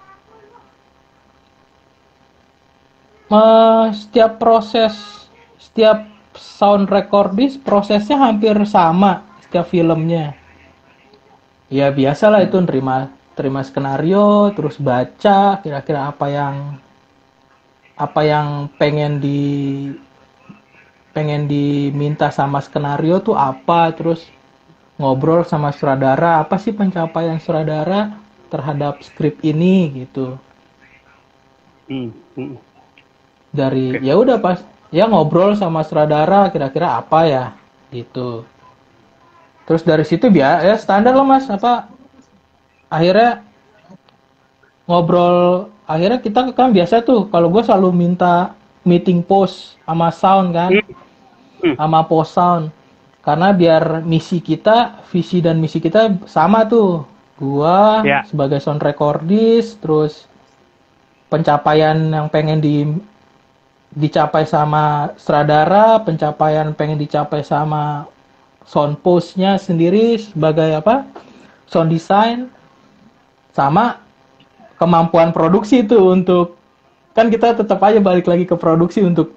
Setiap sound recordist prosesnya hampir sama setiap filmnya. Ya biasalah itu terima skenario, terus baca kira-kira apa yang pengen diminta sama skenario tuh apa, terus ngobrol sama sutradara, apa sih pencapaian sutradara terhadap skrip ini gitu. Dari ya udah pas ya ngobrol sama sutradara kira-kira apa ya gitu. Terus dari situ ya standar lah Mas, akhirnya ngobrol, akhirnya kita kan biasa tuh kalau gue selalu minta meeting post sama sound kan, sama post sound. Karena biar visi dan misi kita sama tuh. Gua sebagai sound recordist, terus pencapaian yang pengen dicapai sama sutradara, pencapaian pengen dicapai sama sound post-nya sendiri sebagai sound design, sama kemampuan produksi itu untuk, kan kita tetap aja balik lagi ke produksi untuk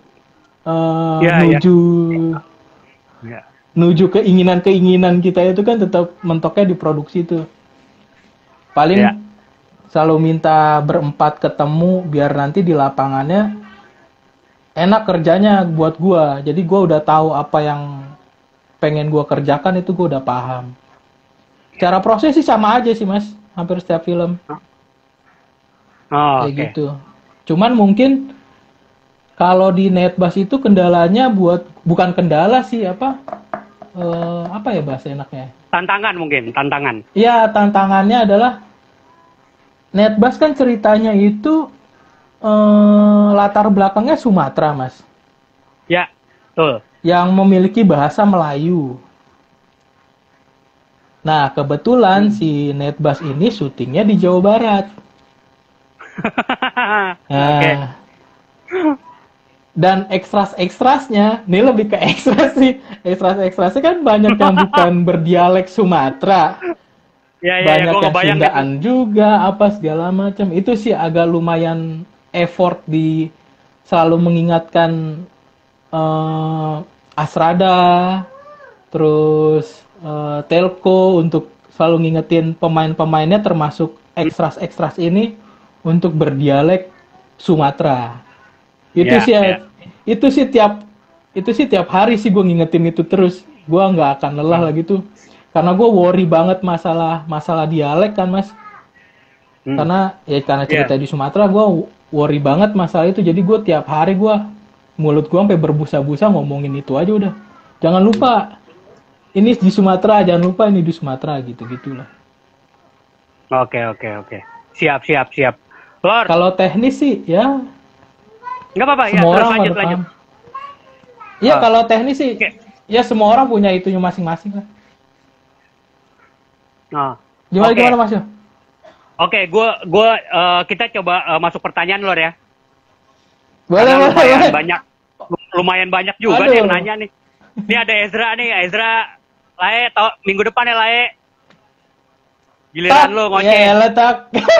menuju keinginan kita itu kan tetap mentoknya di produksi itu. Paling selalu minta berempat ketemu biar nanti di lapangannya enak kerjanya buat gua. Jadi gua udah tahu apa yang pengen gua kerjakan, itu gua udah paham. Cara proses sih sama aja sih Mas, hampir setiap film. Kayak gitu. Cuman mungkin kalau di Netbass itu kendalanya bukan kendala sih, apa ya bahasa enaknya? Tantangan mungkin, tantangan. Iya, tantangannya adalah Netbass kan ceritanya itu latar belakangnya Sumatera, Mas. Ya, betul. Yang memiliki bahasa Melayu. Nah, kebetulan si Netbass ini syutingnya di Jawa Barat. Nah, dan ekstras-ekstrasnya, ini lebih ke ekstras sih. Ekstras-ekstrasnya kan banyak yang bukan berdialek Sumatera. Banyak yang Sundaan juga, apa segala macam. Itu sih agak lumayan effort selalu mengingatkan Asrada, terus Telco untuk selalu ngingetin pemain-pemainnya termasuk ekstras-ekstras ini untuk berdialek Sumatera. Itu sih tiap hari sih gue ngingetin itu terus. Gue nggak akan lelah lah gitu. Karena gue worry banget masalah dialek kan Mas. Karena cerita di Sumatera gue worry banget masalah itu. Jadi gue tiap hari mulut gue sampai berbusa-busa ngomongin itu aja udah. Jangan lupa ini di Sumatera, jangan lupa ini di Sumatera gitu-gitulah. Oke. Siap. Lor, Kalau teknis sih ya nggak apa-apa ya, semua terus orang lanjut. pada paham. Iya, Ah, kalau teknis sih Oke. ya semua orang punya itunya masing-masing lah. Ah, Gimana Oke. gimana Mas Yo? Oke, kita coba masuk pertanyaan Lor ya. Boleh Karena boleh boleh. lumayan banyak juga Aduh. nih yang nanya nih. Ini ada Ezra, Lae, minggu depan ya Lae. Giliran Tak, lo ya ngoceh. elah tak.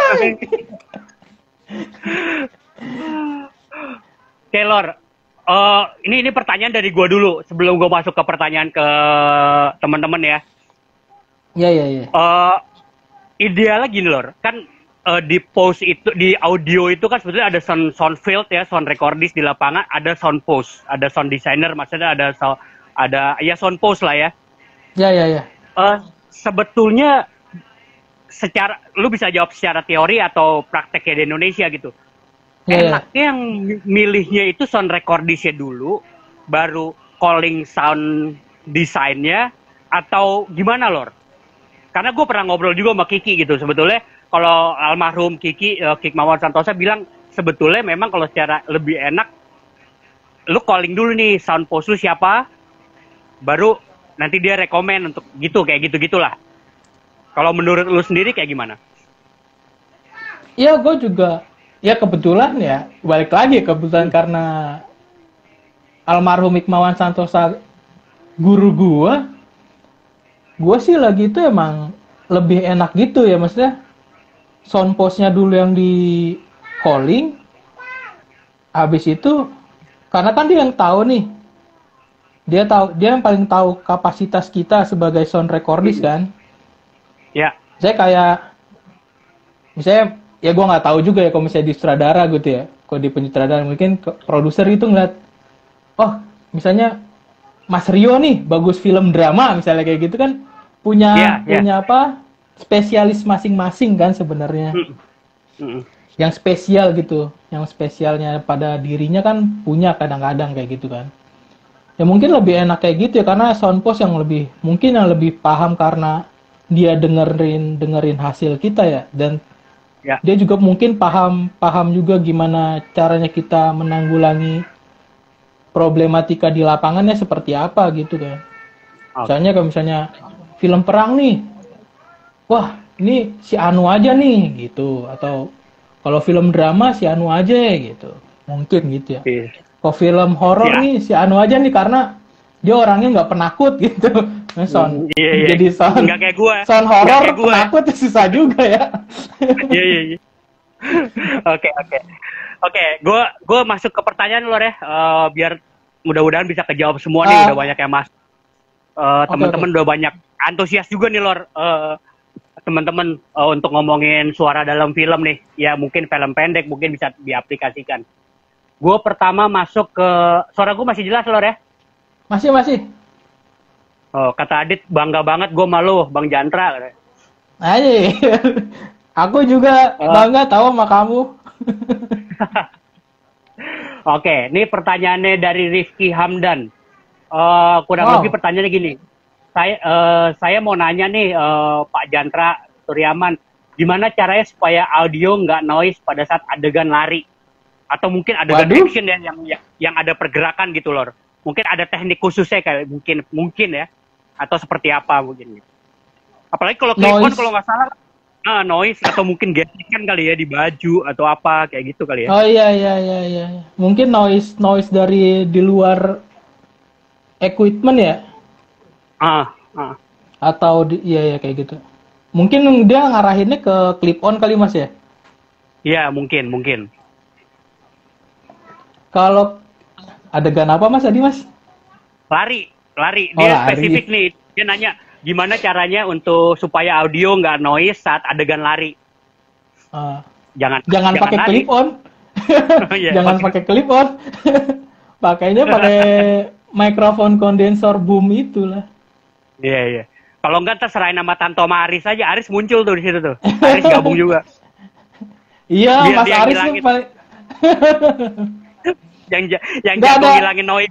Oke Lor, ini pertanyaan dari gua dulu sebelum gua masuk ke pertanyaan ke teman-teman ya. Iya iya iya. Idealnya gini Lor, kan di post itu, di audio itu kan sebetulnya ada sound field ya, sound recordist di lapangan, ada sound post, ada sound designer, maksudnya ada ya sound post lah ya. Iya iya iya. Sebetulnya lu bisa jawab secara teori atau prakteknya di Indonesia gitu. Iya iya. Enaknya yang milihnya itu sound recordistnya dulu, baru calling sound desainnya, atau gimana Lor? Karena gue pernah ngobrol juga sama Kiki gitu. Sebetulnya kalau almarhum Kiki, Kikmawan Santosa bilang sebetulnya memang kalau secara lebih enak, lu calling dulu nih sound post lu siapa, baru nanti dia rekomen untuk gitu, kayak gitu-gitulah. Kalau menurut lu sendiri kayak gimana? Iya, gue juga ya kebetulan ya balik lagi kebetulan karena almarhum Hikmawan Santosa guru gue sih lagi itu emang lebih enak gitu ya, maksudnya sound postnya dulu yang di calling, habis itu karena kan dia yang tahu nih, dia yang paling tahu kapasitas kita sebagai sound recordist kan. Ya, Saya kayak misalnya ya gue nggak tahu juga ya kalau misalnya di sutradara gitu ya, kalau di penyutradara mungkin produser itu ngeliat, oh misalnya Mas Rio nih bagus film drama misalnya kayak gitu kan, punya apa spesialis masing-masing kan sebenarnya. Yang spesial gitu, yang spesialnya pada dirinya kan punya kadang-kadang kayak gitu kan. Ya mungkin lebih enak kayak gitu ya karena soundpost yang lebih paham karena dia dengerin hasil kita ya, dan dia juga mungkin paham juga gimana caranya kita menanggulangi problematika di lapangannya seperti apa gitu kan. Misalnya kalau misalnya film perang nih, wah ini si Anu aja nih gitu, atau kalau film drama si Anu aja gitu, mungkin gitu ya. Kalau film horor nih si Anu aja nih karena dia orangnya nggak penakut gitu. Jadi sound nggak kayak gue. Sound horor penakut susah juga ya. Iya. Oke. Gue masuk ke pertanyaan Lor ya, biar mudah-mudahan bisa kejawab semua nih. Udah banyak yang masuk. Teman-teman udah banyak antusias juga nih Lor. Teman-teman untuk ngomongin suara dalam film nih. Ya mungkin film pendek mungkin bisa diaplikasikan. Gue pertama masuk ke, suara gue masih jelas Lor ya? Masih. Kata Adit, bangga banget gue malu, Bang Jantra. Ayo, aku juga bangga tahu sama kamu. Oke, ini pertanyaannya dari Rifki Hamdan. Kurang lebih pertanyaannya gini. Saya mau nanya nih, Pak Jantra Suryaman, gimana caranya supaya audio nggak noise pada saat adegan lari? Atau mungkin adegan action ya, yang ada pergerakan gitu Lor. Mungkin ada teknik khususnya kayak mungkin ya, atau seperti apa mungkin. Apalagi kalau clip-on kalau nggak salah noise atau mungkin gesekan kali ya di baju atau apa kayak gitu kali ya. Oh iya. Mungkin noise dari di luar equipment ya. Atau iya kayak gitu. Mungkin dia ngarahinnya ke clip-on kali Mas ya? Iya, mungkin. Kalau adegan apa Mas tadi Mas? Lari. Dia spesifik nih. Dia nanya gimana caranya untuk supaya audio nggak noise saat adegan lari. Jangan pakai clip-on. Jangan pakai clip-on. Pakainya pakai mikrofon kondensor boom itulah. Iya. Kalau enggak terserahin sama Tanto sama Aris aja. Aris muncul tuh di situ tuh. Aris gabung juga. Iya, Mas Aris tuh paling yang jago ngilangin noise.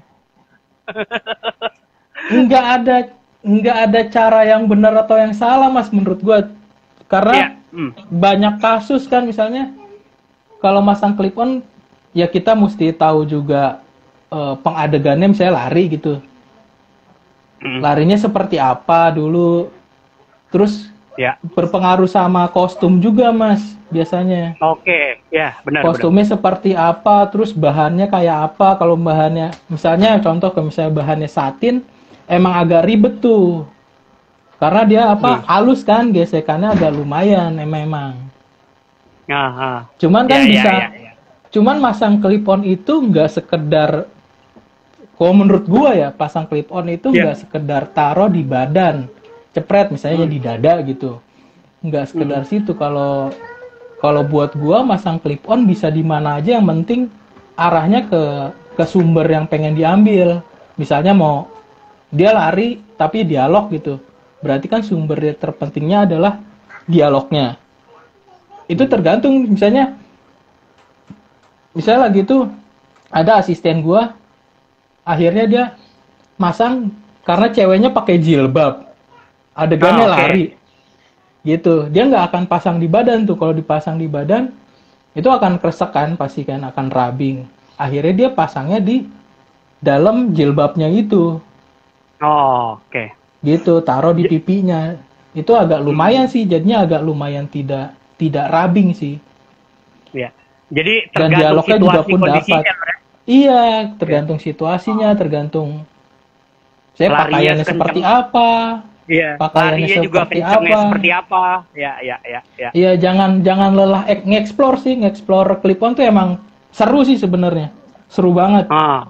Enggak ada cara yang benar atau yang salah Mas menurut gua. Karena banyak kasus kan, misalnya kalau masang clip on ya kita mesti tahu juga pengadegannya, misalnya lari gitu. Larinya seperti apa dulu. Terus Ya. berpengaruh sama kostum juga, Mas, biasanya. Oke, ya benar. Kostumnya seperti apa, terus bahannya kayak apa. Kalau bahannya, misalnya contoh kalau misalnya bahannya satin, emang agak ribet tuh. Karena dia halus kan, gesekannya agak lumayan emang. Cuman kan bisa, cuman masang clip on itu nggak sekedar, kalau menurut gua ya, pasang clip on itu nggak sekedar taruh di badan, cepret misalnya di dada gitu, nggak sekedar situ. Kalau buat gua masang clip on bisa di mana aja, yang penting arahnya ke sumber yang pengen diambil. Misalnya mau dia lari tapi dialog gitu, berarti kan sumber terpentingnya adalah dialognya. Itu tergantung, misalnya lagi tuh ada asisten gua, akhirnya dia masang karena ceweknya pakai jilbab, adegannya lari gitu, dia nggak akan pasang di badan tuh. Kalau dipasang di badan itu akan kresek kan, pasti kan akan rubbing. Akhirnya dia pasangnya di dalam jilbabnya itu. Gitu, taruh di pipinya. Itu agak lumayan sih, jadinya agak lumayan tidak rubbing sih. Iya. Jadi dan dialognya juga pun dapat. Iya, tergantung situasinya, tergantung saya pakaiannya seperti apa. Iya, pakaiannya seperti apa. Ya. Iya, jangan lelah nge-explore sih. Nge-explore clip-on tuh emang seru sih sebenarnya. Seru banget.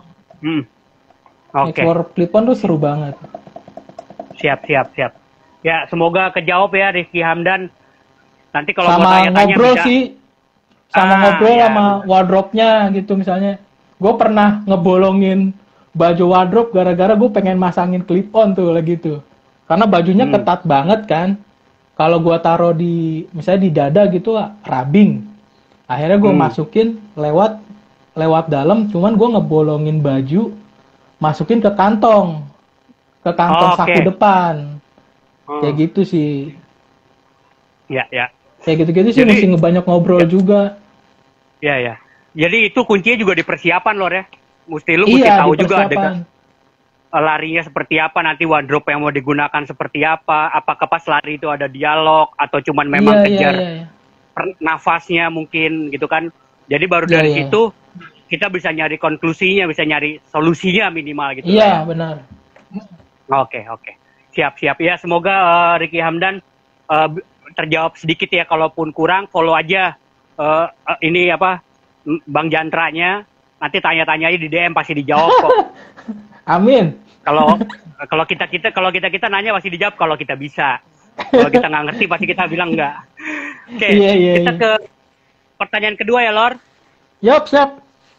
Explore clip-on tuh seru banget. Siap. Ya, semoga kejawab ya Rizky Hamdan. Nanti kalau sama tanya-tanya ngobrol bisa. Sih. Sama ngobrol sama wardrobe-nya gitu misalnya. Gue pernah ngebolongin baju wardrobe gara-gara gue pengen masangin clip-on tuh lagi tuh. Karena bajunya ketat banget kan. Kalau gue taruh misalnya di dada gitu, rubbing. Akhirnya gue masukin lewat dalam, cuman gue ngebolongin baju, masukin ke kantong saku depan. Kayak gitu sih. Ya. Kayak gitu-gitu sih. Jadi, mesti ngebanyak ngobrol juga. Ya. Jadi itu kuncinya juga di persiapan, Lor ya. Lu mesti tahu juga adegan larinya seperti apa, nanti wardrobe yang mau digunakan seperti apa, apakah pas lari itu ada dialog atau cuman memang kejar nafasnya mungkin gitu kan. Jadi baru dari situ kita bisa nyari konklusinya, bisa nyari solusinya minimal gitu. Iya, benar. Oke. Siap. Ya, semoga Rizky Hamdan terjawab sedikit ya. Kalaupun kurang, follow aja ini Bang Jantranya. Nanti tanya-tanya aja di DM, pasti dijawab kok. Amin. Kalau kita nanya pasti dijawab kalau kita bisa. Kalau kita nggak ngerti pasti kita bilang enggak. Oke, kita ke pertanyaan kedua ya, Lor. Yap, siap.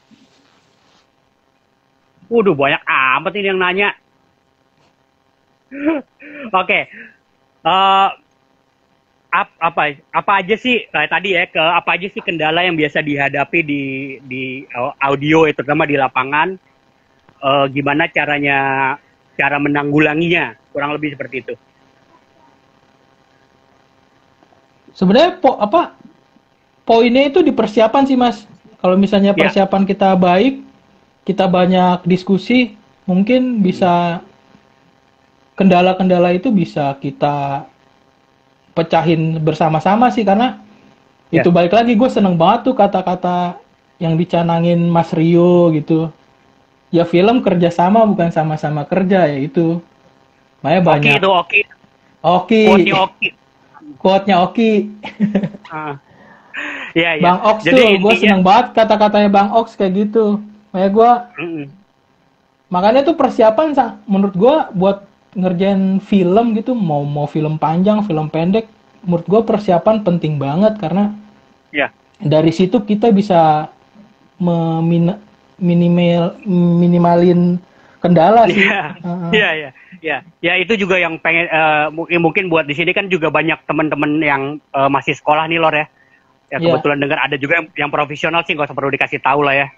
Waduh, banyak amat ini yang nanya. Oke. Apa aja sih kayak tadi ya, apa aja sih kendala yang biasa dihadapi di audio, terutama di lapangan? Gimana cara menanggulanginya, kurang lebih seperti itu. Sebenarnya poinnya itu di persiapan sih, Mas. Kalau misalnya persiapan kita baik, kita banyak diskusi, mungkin bisa kendala-kendala itu bisa kita pecahin bersama-sama sih. Karena itu balik lagi, gue seneng banget tuh kata-kata yang dicanangin Mas Rio gitu. Ya film kerjasama bukan sama-sama kerja, ya itu. Makanya banyak. Oki. Quote-nya Oki. Iya. Bang Ox tuh, gue seneng banget kata-katanya Bang Ox kayak gitu. Makanya tuh persiapan menurut gue buat ngerjain film gitu, mau film panjang, film pendek, menurut gue persiapan penting banget. Karena dari situ kita bisa minimalin kendala sih. Iya. Ya itu juga yang pengen mungkin buat di sini kan juga banyak teman-teman yang masih sekolah nih, Lor ya. Ya kebetulan dengar ada juga yang profesional sih, nggak usah perlu dikasih tahu lah ya.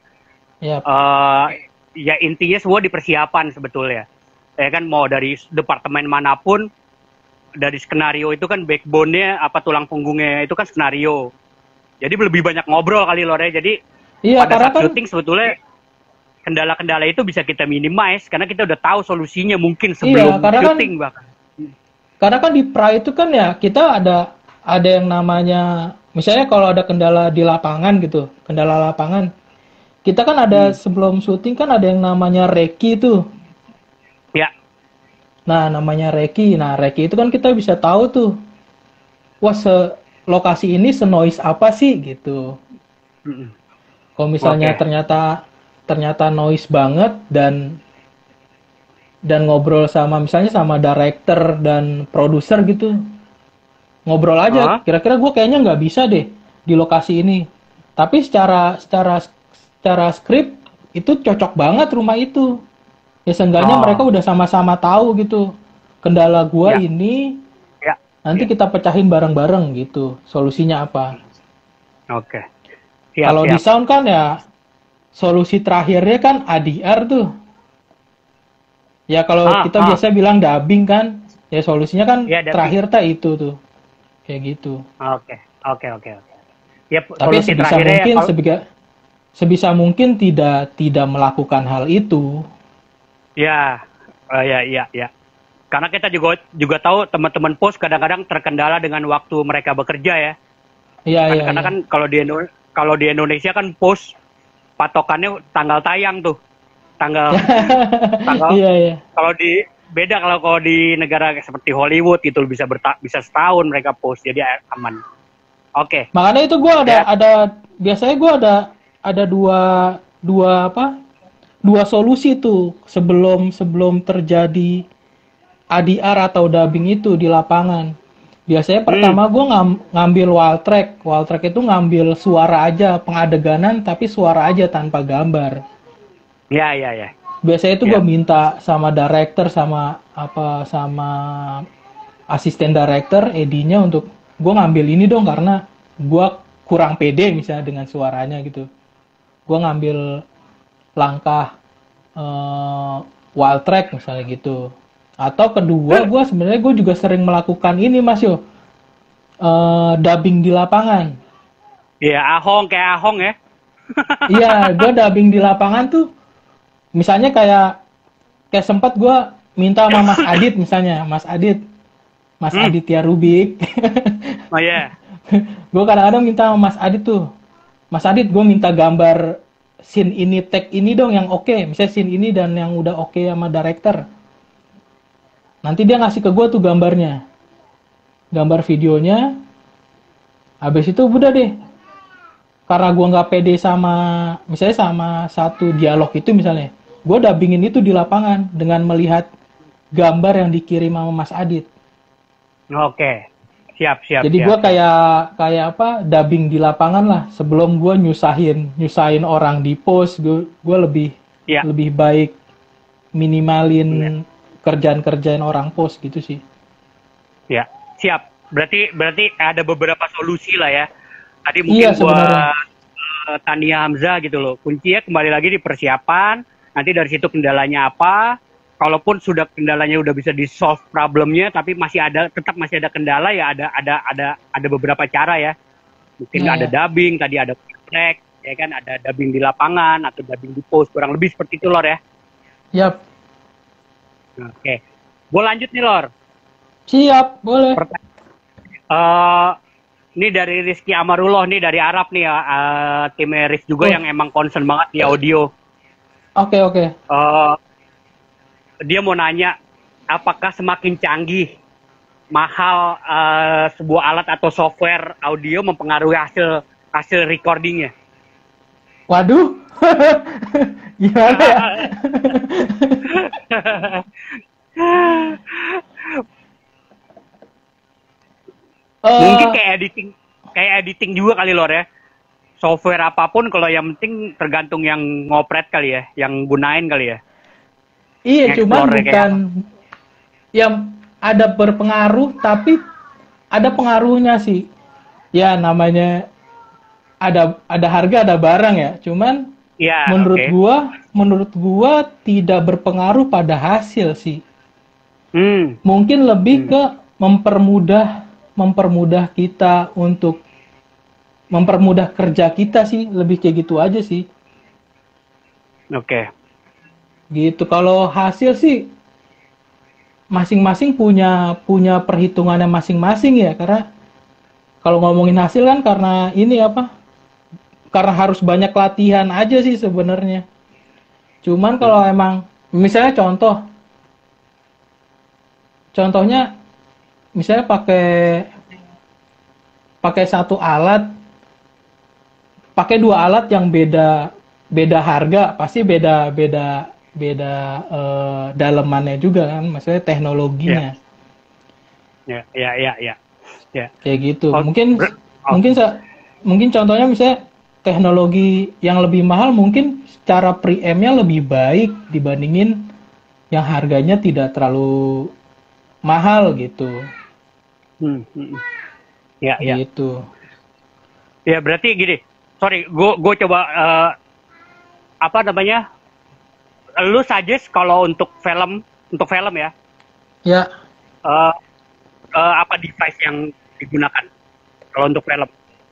Ya intinya semua di persiapan sebetulnya. Ya kan, mau dari departemen manapun dari skenario itu kan backbone-nya apa tulang punggungnya itu kan skenario. Jadi lebih banyak ngobrol kali Lor ya. Jadi Iya, pada karena saat kan syuting sebetulnya kendala-kendala itu bisa kita minimize karena kita udah tahu solusinya mungkin iya, sebelum karena kan syuting bahkan. di pra itu kan ya kita ada yang namanya misalnya kalau ada kendala di lapangan gitu, kendala lapangan. Kita kan ada sebelum syuting kan ada yang namanya reki itu. Ya. Nah, namanya reki. Nah, reki itu kan kita bisa tahu tuh. Wah, lokasi ini senoise apa sih gitu. Mm-mm. Kalau misalnya Oke. ternyata noise banget dan ngobrol sama misalnya sama director dan produser gitu. Ngobrol aja, Ah, kira-kira gue kayaknya nggak bisa deh di lokasi ini. Tapi secara skrip itu cocok banget rumah itu. Ya seenggaknya mereka oh, udah sama-sama tahu gitu. Kendala gua ya, ini ya, nanti ya. kita pecahin bareng-bareng gitu. Solusinya apa? Oke. Siap, Kalau di siap. sound kan ya solusi terakhirnya kan ADR tuh. Ya kalau Ah, kita ah. biasa bilang dubbing kan, ya solusinya kan Ya, dubbing. terakhir tak itu tuh. Kayak gitu. Oke, oke, oke, oke. Ya, Tapi solusi terakhirnya ya kalau sebisa mungkin tidak melakukan hal itu. ya, ya, ya, ya. Karena kita juga tahu teman-teman pos kadang-kadang terkendala dengan waktu mereka bekerja ya. Iya, Kan iya, karena iya. kan kalau di Indonesia kan pos patokannya tanggal tayang tuh. Tanggal tanggal Iya, iya. kalau di beda kalau di negara seperti Hollywood gitu bisa setahun mereka post jadi aman. Oke. Makanya itu gue Ya. biasanya gue ada dua apa? Dua solusi tuh sebelum terjadi ADR atau dubbing itu di lapangan. Biasanya Hmm. pertama gue ngambil wall track. Wall track itu ngambil suara aja, pengadeganan tapi suara aja tanpa gambar. Ya, ya, ya. Biasanya itu gue Ya. minta sama director sama asisten director Edinya untuk gue ngambil ini dong karena gue kurang pede misalnya dengan suaranya gitu. Gue ngambil langkah wild track misalnya gitu. Atau kedua, gue juga sering melakukan ini Mas Yo, dubbing di lapangan. Ya, Ahong kayak Ahong ya. Iya, gue dubbing di lapangan tuh, misalnya kayak sempat gue minta sama Mas Adit misalnya, Mas Hmm. Aditya Rubik. Oh ya. Gue kadang-kadang minta sama Mas Adit tuh, Mas Adit gue minta gambar scene ini, tag ini dong yang oke. Misalnya scene ini dan yang udah oke sama director. Nanti dia ngasih ke gue tuh gambarnya. Gambar videonya. Habis itu udah deh. Karena gue nggak pede misalnya sama satu dialog itu misalnya. Gue dubbingin itu di lapangan dengan melihat gambar yang dikirim sama Mas Adit. Oke. Siap, siap, Jadi siap, gue siap. kayak apa dubbing di lapangan lah sebelum gue nyusahin orang di post gue Ya, lebih baik ya, minimalin kerjaan-kerjaan orang post gitu sih. ya. Siap. Berarti ada beberapa solusi lah ya. Tadi Iya mungkin sebenarnya. buat Tania Hamzah gitu loh. Kuncinya kembali lagi di persiapan. Nanti dari situ kendalanya apa. Kalaupun sudah kendalanya udah bisa di solve problemnya, tapi tetap masih ada kendala ya ada beberapa cara ya. Mungkin Nah ada ya. dubbing, tadi ada track, ya kan ada dubbing di lapangan atau dubbing di post kurang lebih seperti itu Lor ya. Yap. Oke. Gue lanjut nih Lor. Siap, boleh. Eh ini dari Rizky Amarullah nih dari Arab nih ya, timnya Riz juga Oh, yang emang concern banget di audio. oke oke. Eh dia mau nanya apakah semakin canggih, mahal sebuah alat atau software audio mempengaruhi hasil hasil recordingnya. Waduh. Gimana ya? Mungkin Eh, kayak editing juga kali Lor ya. Software apapun kalau yang penting tergantung yang ngopret kali ya, yang gunain kali ya. iya, cuman Explore kayak bukan apa. yang ada berpengaruh, tapi ada pengaruhnya sih. Ya namanya ada harga ada barang ya. Cuman Iya, menurut oke. menurut gua tidak berpengaruh pada hasil sih. Hmm. Mungkin lebih Hmm. ke mempermudah kita untuk mempermudah kerja kita sih, lebih kayak gitu aja sih. Oke. Gitu. Kalau hasil sih masing-masing punya perhitungannya masing-masing ya, karena kalau ngomongin hasil kan karena ini apa? Karena harus banyak latihan aja sih sebenarnya. Cuman kalau emang misalnya contohnya misalnya pakai satu alat, pakai dua alat yang beda harga, pasti beda dalemannya juga kan, maksudnya teknologinya. Ya. Kayak gitu. Oh, Mungkin contohnya misalnya teknologi yang lebih mahal mungkin secara preamp-nya lebih baik dibandingin yang harganya tidak terlalu mahal gitu. Ya. Gitu. Ya berarti gini. Sorry, gue coba apa namanya? Lu suggest kalau untuk film ya, Ya, apa device yang digunakan kalau untuk film?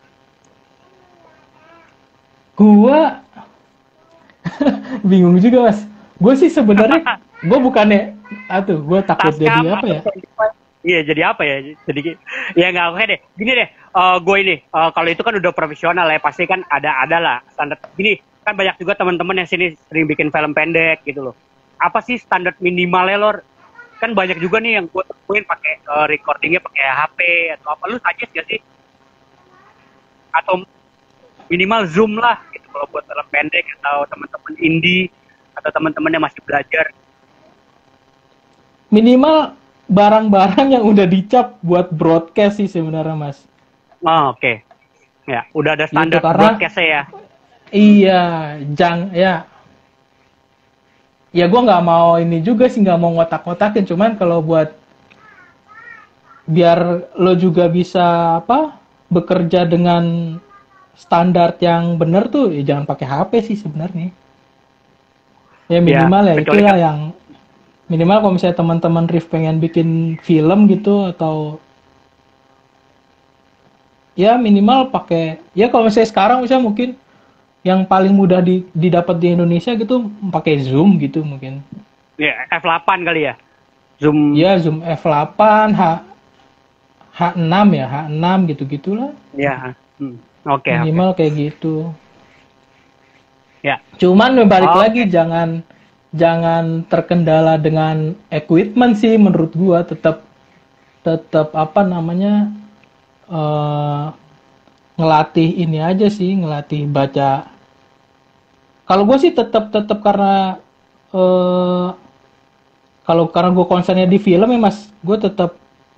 gua bingung juga, Mas. Gue sih sebenarnya gue bukannya gue takut Tascam jadi apa atau ya? Spotify? Iya, jadi apa ya? Jadi ya nggak oke deh. Gini deh, gue ini kalau itu kan udah profesional ya, pasti kan ada lah standar. Gini, kan banyak juga teman-teman yang sini sering bikin film pendek gitu loh. Apa sih standar minimalnya lor? Kan banyak juga nih yang gue temuin pakai recordingnya pakai HP atau apa. Lu suggest gak sih? Atau minimal Zoom lah gitu kalau buat film pendek atau teman-teman indie atau teman-teman yang masih belajar. Minimal barang-barang yang udah dicap buat broadcast sih sebenarnya, Mas. Oh, oke. Ya, udah ada standar Gitu, karena broadcast-nya ya. iya, ya gue nggak mau ini juga sih, nggak mau ngotak-ngotakin, cuman kalau buat biar lo juga bisa bekerja dengan standar yang benar tuh, ya jangan pakai HP sih sebenarnya. Ya minimal ya kecuali itulah kan- yang minimal kalau misalnya teman-teman Rif pengen bikin film gitu, atau ya minimal pakai, ya kalau misalnya sekarang misalnya mungkin yang paling mudah didapat di Indonesia gitu pakai Zoom gitu mungkin. Ya, F8 kali ya. Zoom. Ya Zoom F8, H6 ya, H6 gitu-gitulah. Ya. Oke. Minimal kayak gitu. Ya. Cuman balik lagi jangan terkendala dengan equipment sih menurut gua, tetap ngelatih ini aja sih, ngelatih baca. Kalau gue sih tetap karena karena gue konsennya di film ya Mas, gue tetap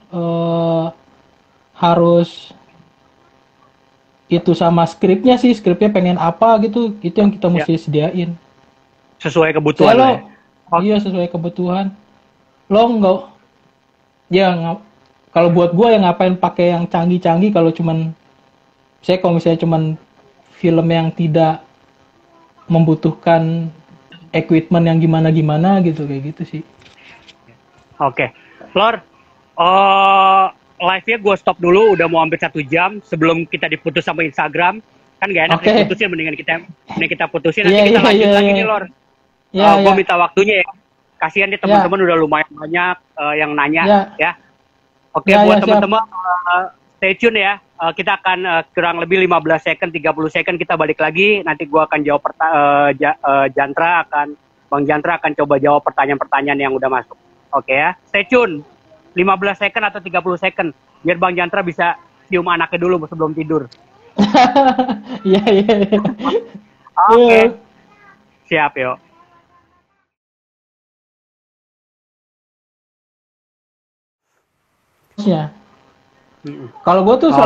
harus itu sama skripnya sih, skripnya pengen apa gitu, itu yang kita mesti sediain. Sesuai kebutuhan lo, ya. Iya sesuai kebutuhan. Lo kalau buat gue ya ngapain pakai yang canggih-canggih kalau misalnya cuman film yang tidak membutuhkan equipment yang gimana gitu, kayak gitu sih. Oke. Lor, live-nya gue stop dulu, udah mau hampir 1 jam sebelum kita diputus sama Instagram. Kan gak enak diputusin, mendingan kita putusin, nanti kita lanjut lagi nih Lor. Gue minta waktunya ya. Kasihan nih teman-teman udah lumayan banyak yang nanya ya. Oke, buat teman-teman stay tune ya. Kita akan kurang lebih 15 second, 30 second kita balik lagi. Nanti gua akan jawab Bang Jantra akan coba jawab pertanyaan-pertanyaan yang udah masuk. Oke ya. Stay tune. 15 second atau 30 second biar Bang Jantra bisa cium anaknya dulu sebelum tidur. Iya. Oke. Siap, yuk. Ya. Kalau gue tuh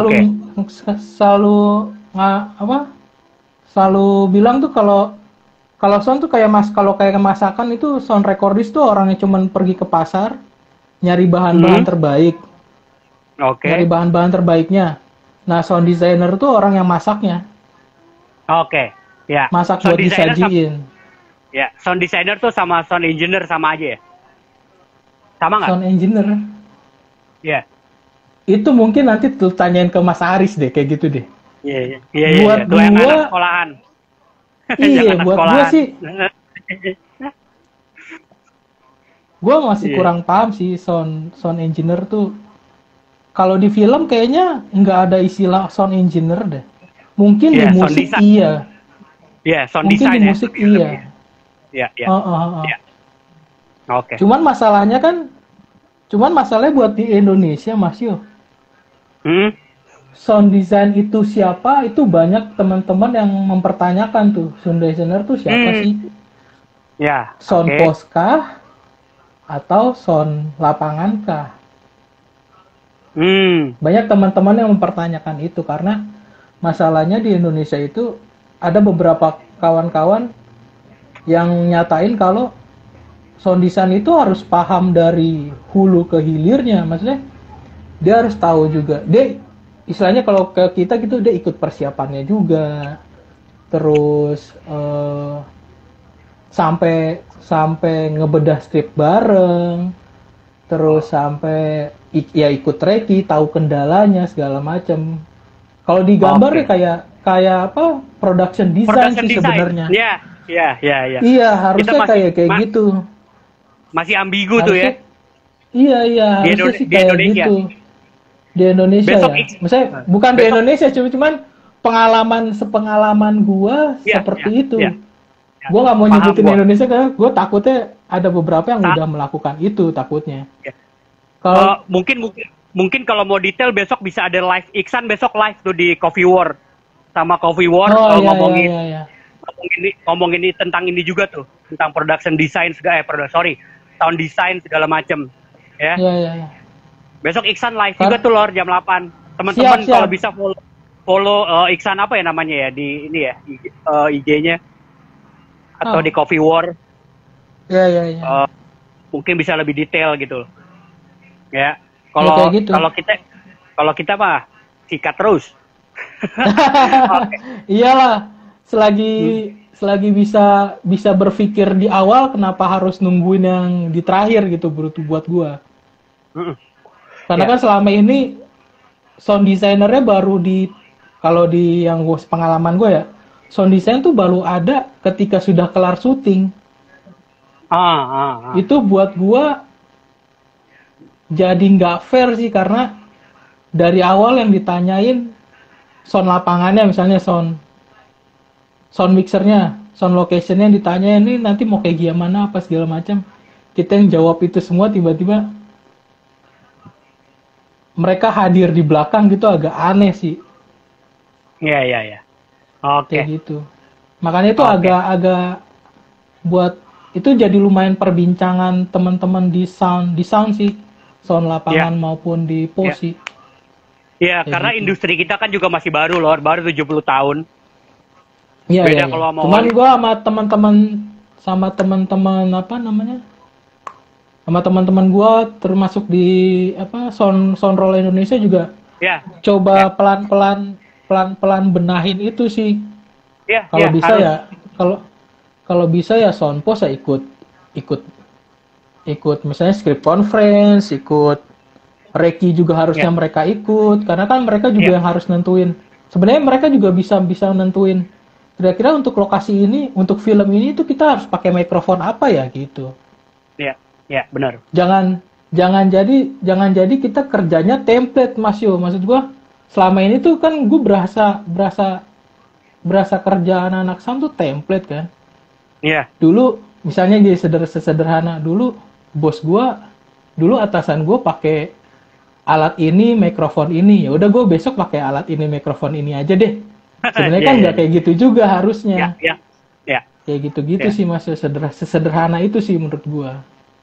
selalu bilang tuh kalau sound tuh kayak masakan itu, sound recordist tuh orangnya cuman pergi ke pasar nyari bahan-bahan terbaik. Oke. Nyari bahan-bahan terbaiknya. Nah, sound designer tuh orang yang masaknya. Oke. Ya. Masak buat disajiin. Ya, sound designer tuh sama sound engineer sama aja ya? Sama nggak? Sound engineer. Iya. Itu mungkin nanti tuh tanyain ke Mas Aris deh, kayak gitu deh. Iya. Buat Tuh yang gua, anak sekolahan. Yang iya, anak buat gua sekolahan. sih, gua masih Iya. kurang paham sih sound engineer tuh. Kalau di film kayaknya nggak ada istilah sound engineer deh. Mungkin di Iya, sound musik design. iya, Iya, sound mungkin di design ya, musik lebih. iya. Iya, iya. Heeh. Iya. Oke. Cuman masalahnya kan, cuman masalahnya buat di Indonesia Mas Yo, Hmm. sound design itu siapa? Itu banyak teman-teman yang mempertanyakan tuh, sound designer tuh siapa Hmm. sih? Ya, Sound oke. post kah? Atau sound lapangan kah? Hmm. Banyak teman-teman yang mempertanyakan itu karena masalahnya di Indonesia itu ada beberapa kawan-kawan yang nyatain kalau sound design itu harus paham dari hulu ke hilirnya. Maksudnya dia harus tahu juga. Dia istilahnya kalau ke kita gitu dia ikut persiapannya juga. Terus sampai sampai ngebedah strip bareng, terus sampai ya ikut reki, tahu kendalanya segala macam. Kalau di gambar Oke. nih kayak kayak apa production design Production sih design. sebenarnya. Iya, iya, iya, iya. Iya Kita harusnya masih kayak gitu. masih ambigu tuh ya. Harusnya iya harusnya sih Di kayak Indonesia. gitu di Indonesia Besok ya. Misalnya bukan di besok Indonesia cuman sepengalaman gua iya, seperti iya, itu. iya. Gue nggak mau Paham nyebutin gua. Indonesia karena gue takutnya ada beberapa yang Sa- udah melakukan itu takutnya. Iya. Kalau Mungkin kalau mau detail besok bisa ada live Iksan besok live tuh di Coffee War sama Coffee War oh iya ngomongin iya. ngomongin ini tentang ini juga tuh tentang production design segala sound design segala macem ya. Iya. Besok Iksan live juga tuh lor jam 8. Teman-teman Siap. kalau bisa follow Iksan apa ya namanya ya di ini ya IG-nya atau di Coffee War. Iya. Mungkin bisa lebih detail gitu. Ya. Kayak gitu. Kalau kita mah sikat terus. Iyalah, selagi bisa berpikir di awal, kenapa harus nungguin yang di terakhir gitu buat gua. Karena kan selama ini sound designernya baru kalau di yang pengalaman gue ya, sound design tuh baru ada ketika sudah kelar syuting. Itu buat gua jadi nggak fair sih karena dari awal yang ditanyain sound lapangannya misalnya sound mixernya, sound locationnya ditanyain ini nanti mau kayak gimana apa segala macam. Kita yang jawab itu semua tiba-tiba mereka hadir di belakang gitu agak aneh sih. Iya. Oke. Kayak gitu. Makanya itu agak buat itu jadi lumayan perbincangan teman-teman di sound sih. Sound lapangan maupun di pos sih. Iya, karena gitu. industri kita kan juga masih baru loh, baru 70 tahun. Iya. Beda kalau sama Cuman gue sama teman-teman apa namanya? Sama teman-teman gue termasuk di apa sound roll Indonesia juga. Ya. Coba pelan-pelan benahin itu sih. Iya. Kalau bisa harus. ya kalau bisa ya sound post ya ikut misalnya script conference, ikut reki juga harusnya mereka ikut karena kan mereka juga yang harus nentuin. Sebenarnya mereka juga bisa nentuin kira-kira untuk lokasi ini, untuk film ini tuh kita harus pakai mikrofon apa ya gitu. Iya, benar. Jangan jadi kita kerjanya template Mas Yo. Maksud gua selama ini tuh kan gue berasa kerja anak-anak sound tuh template kan. Iya. Dulu misalnya jadi sederhana dulu bos gua dulu atasan gua pakai alat ini mikrofon ini ya udah gua besok pakai alat ini mikrofon ini aja deh. Sebenarnya kan nggak kayak gitu juga harusnya. Iya. Kayak gitu sih Mas, sederhana itu sih menurut gua.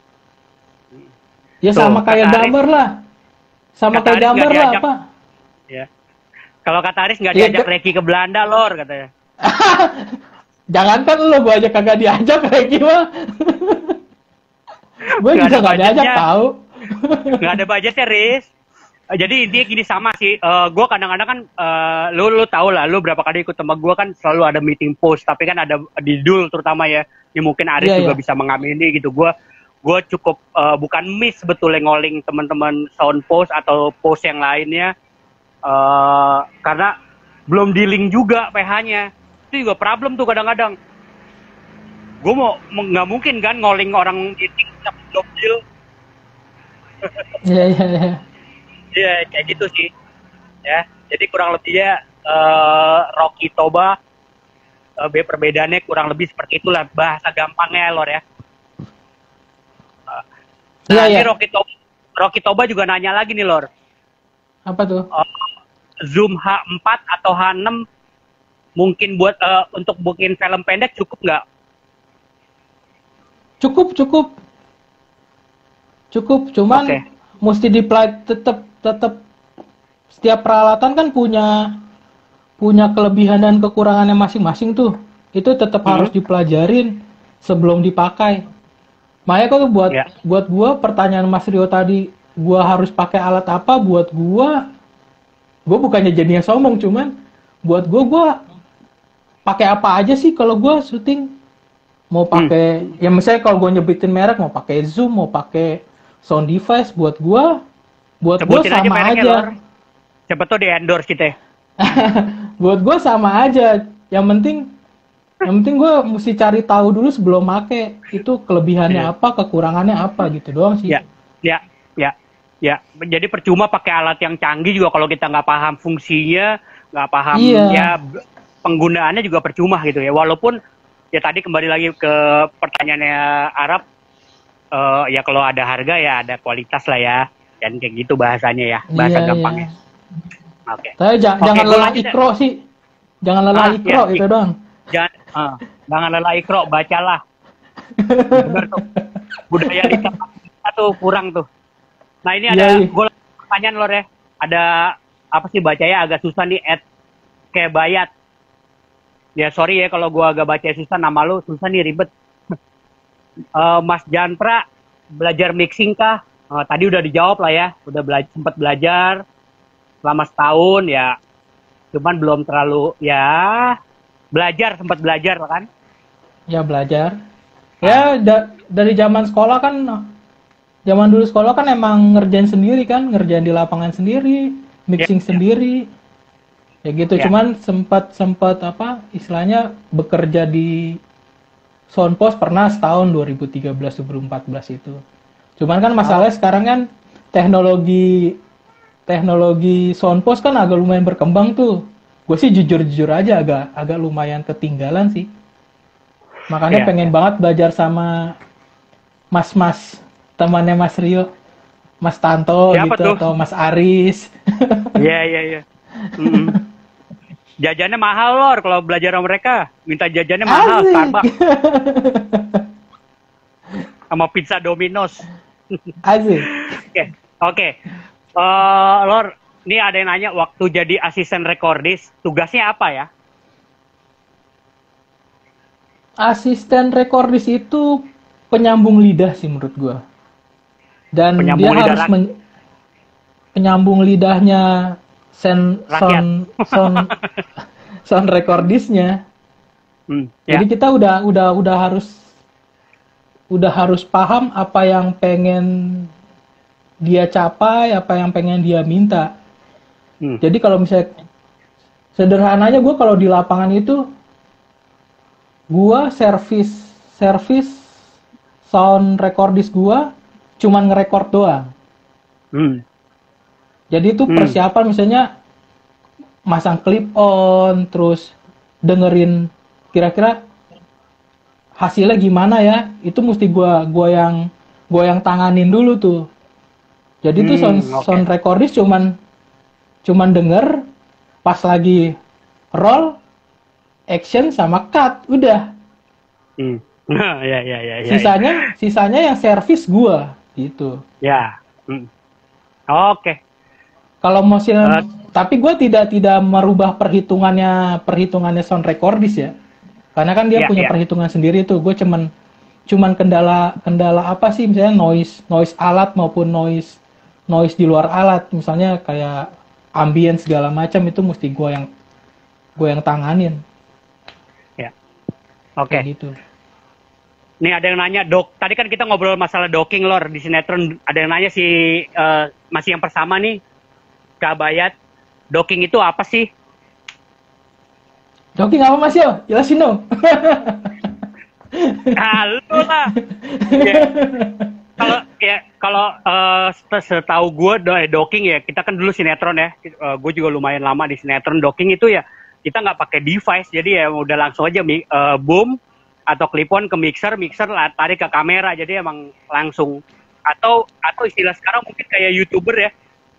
Ya Tuh, sama kayak gambar lah. Sama kayak gambar lah apa? Ya. Kalau kata Aris nggak diajak Reki ke Belanda lor katanya. Jangankan lo gue aja kagak diajak kayak gimana. Gue juga gak diajak tahu. Nggak ada budgetnya, Riz. Jadi intinya gini sama sih. Gue kadang-kadang kan, lu tau lah, lu berapa kali ikut sama gue kan selalu ada meeting post. Tapi kan ada di Dul terutama ya. Yang mungkin Aris juga bisa mengamini gitu. Gue gue cukup bukan miss sebetulnya ngoling teman-teman sound post atau post yang lainnya, karena belum di-link juga PH-nya. Itu juga problem tuh kadang-kadang. Gue nggak mungkin kan ngoling orang meeting tapi belum deal. Iya, iya, iya. Iya, kayak gitu sih. Ya, jadi kurang lebihnya Rocky Toba, perbedaannya kurang lebih seperti itulah bahasa gampangnya, Lor ya. Iya, Nah, iya. ini Rocky Toba juga nanya lagi nih, Lor. Apa tuh? Zoom H4 atau H6 mungkin buat untuk bikin film pendek cukup nggak? Cukup, cukup. Cukup, cuman Oke. mesti tetap setiap peralatan kan punya kelebihan dan kekurangannya masing-masing tuh. Itu tetap harus dipelajarin sebelum dipakai. Makanya kok Ya. buat gua pertanyaan Mas Rio tadi, gua harus pakai alat apa, buat gua bukannya jadinya sombong, cuman buat gua pakai apa aja sih kalau gua syuting. Mau pakai ya misalnya kalau gua nyebutin merek, mau pakai Zoom, mau pakai sound device, buat gua Sebutin aja sama mereknya, aja. Lor. Siapa tuh di endorse kita. Buat gua sama aja. Yang penting gue mesti cari tahu dulu sebelum make itu kelebihannya Iya. apa, kekurangannya apa gitu doang sih. Ya, ya, ya, ya. Jadi percuma pakai alat yang canggih juga kalau kita nggak paham fungsinya, nggak paham Iya. ya penggunaannya juga percuma gitu ya. Walaupun ya tadi kembali lagi ke pertanyaannya Arab, ya kalau ada harga ya ada kualitas lah ya, dan kayak gitu bahasanya ya, bahasa Iya, gampangnya. iya. Oke. Tapi jangan gua lelah lanjut ya. ikro sih. Jangan lelah ikro Ya, itu doang. jangan lelah ikro, bacalah. Bener tuh. Budaya kita tuh kurang tuh. Nah ini ada Iya, iya. gue pertanyaan Lor ya. Ada apa sih bacanya agak susah nih kayak Bayat. Ya sorry ya kalau gue agak baca susah, nama lu susah nih, ribet. Mas Janpra belajar mixing kah? Tadi udah dijawab lah ya. Udah sempat belajar selama setahun ya. Cuman belum terlalu ya sempat belajar kan. Ya belajar. Ya dari zaman sekolah kan, zaman dulu sekolah kan emang ngerjain sendiri kan, ngerjain di lapangan sendiri, mixing sendiri. Ya gitu, Ya. cuman sempat apa istilahnya bekerja di Soundpost pernah setahun 2013-2014 itu. Cuman kan masalahnya sekarang kan teknologi Soundpost kan agak lumayan berkembang tuh. Gue sih jujur aja agak lumayan ketinggalan sih. Makanya pengen banget belajar sama mas-mas temannya Mas Rio, Mas Tanto. Siapa gitu tuh? atau Mas Aris. Iya. Jajannya mahal Lor kalau belajar sama mereka. Minta jajannya mahal, Asik. Starbucks. Sama pizza Domino's. Asik. Oke. Lor, ini ada yang nanya waktu jadi asisten rekordis, tugasnya apa ya? Asisten rekordis itu penyambung lidah sih menurut gua. Dan Penyambung dia lidah harus penyambung lidahnya sound rekordisnya. Ya. Jadi kita udah harus paham apa yang pengen dia capai, apa yang pengen dia minta. Jadi kalau misalnya sederhananya gue kalau di lapangan itu gue servis sound recordis gue cuman ngerekord doang. Jadi itu persiapan misalnya masang clip on, terus dengerin kira-kira hasilnya gimana ya, itu mesti gua yang tanganin dulu tuh. Jadi tuh sound recordis cuman denger pas lagi roll, action sama cut, udah. Sisanya yang servis gua gitu. Ya. Oke. Kalau motion tapi gua tidak merubah perhitungannya sound recordis ya. Karena kan dia punya perhitungan sendiri tuh. Gue cuman kendala apa sih, misalnya noise alat maupun noise di luar alat, misalnya kayak ambient segala macam, itu mesti gue yang tanganin. Ya. Oke. Gitu. Nih ada yang nanya, tadi kan kita ngobrol masalah docking Lor di sinetron. Ada yang nanya masih yang pertama nih, Kak Bayat, docking itu apa sih? Docking apa Mas Yo? Jelasin dong. Halo lah. Kalau setahu gue docking ya, kita kan dulu sinetron ya. Gue juga lumayan lama di sinetron. Docking itu ya kita nggak pakai device, jadi ya udah langsung aja boom atau clip-on ke mixer tarik ke kamera, jadi emang langsung. Atau istilah sekarang mungkin kayak YouTuber ya,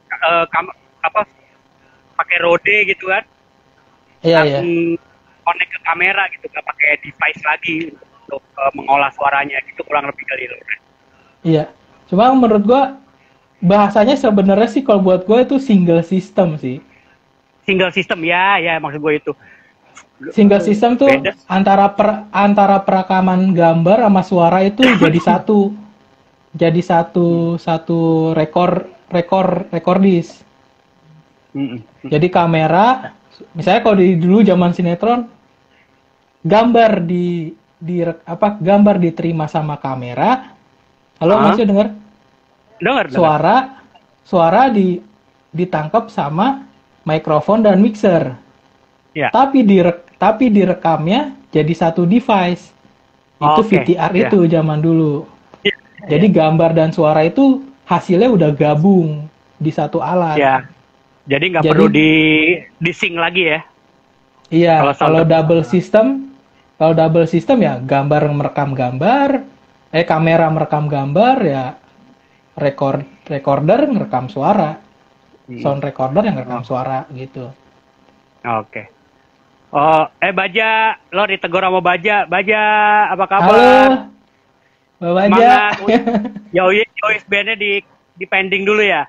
pakai Rode gitu kan, Iya, langsung connect ke kamera gitu, nggak pakai device lagi untuk mengolah suaranya gitu, kurang lebih kali itu. Iya. Cuma menurut gua bahasanya sebenarnya sih kalau buat gua itu single system sih. Single system ya maksud gue itu. Single system tuh Beda. antara perekaman gambar sama suara itu jadi satu. Jadi satu rekordis. Jadi kamera, misalnya kalau dulu zaman sinetron, gambar gambar diterima sama kamera. Halo Mas, dengar? Dengar. Suara ditangkap sama mikrofon dan mixer. Ya. Tapi direkamnya jadi satu device. Itu VTR itu zaman dulu. Ya. Jadi gambar dan suara itu hasilnya udah gabung di satu alat. Ya. Jadi nggak perlu di sync lagi ya. Iya, kalau double system ya gambar merekam gambar, kamera merekam gambar ya recorder ngerekam suara. Sound recorder yang ngerekam suara gitu. Oke. Oh, Baja, lo ditegur sama Baja. Baja, apa kabar? Halo, Mbak Baja. Yowis bandnya di pending dulu ya.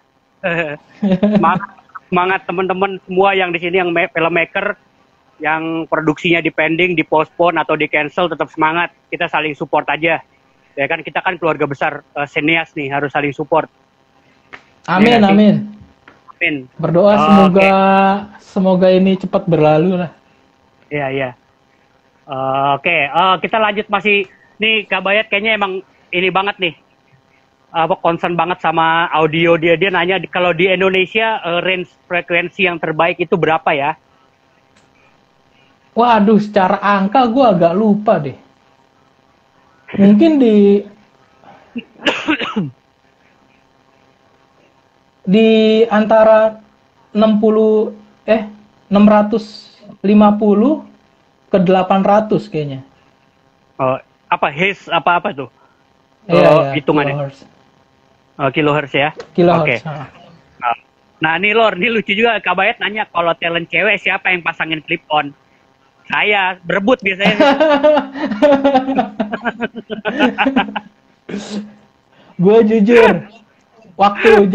Semangat teman-teman semua yang di sini yang filmmaker, yang produksinya di pending, di postpone atau di cancel, tetap semangat. Kita saling support aja. Ya kan, kita kan keluarga besar sineas nih, harus saling support. Amin, amin. Berdoa semoga ini cepat berlalu lah. Iya. Oke. Kita lanjut nih Kak Bayat kayaknya emang ini banget nih. Concern banget sama audio dia nanya kalau di Indonesia range frekuensi yang terbaik itu berapa ya? Waduh, secara angka gue agak lupa deh. Mungkin di antara 650 ke 800 kayaknya. Apa hertz apa tuh? Iya, hitungannya. Kilohertz ya. Kilohertz. Okay. Nah, nih Lor, ini lucu juga Kak Bayat nanya kalau talent cewek siapa yang pasangin clip on? Saya berebut biasanya. Gue jujur, waktu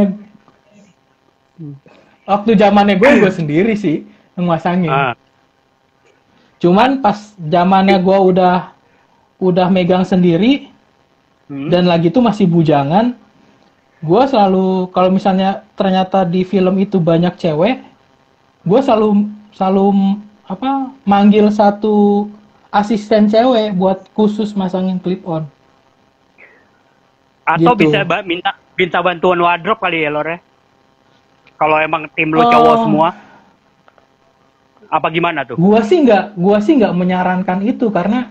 zamannya gue sendiri sih yang masangin. Cuman pas zamannya gue udah megang sendiri dan lagi tuh masih bujangan, gue selalu kalau misalnya ternyata di film itu banyak cewek, gue selalu manggil satu asisten cewek buat khusus masangin clip on. Atau gitu. Bisa minta bantuan wardrobe kali ya Lor ya? Kalau emang tim lu cowok semua. Apa gimana tuh? Gua sih nggak menyarankan itu karena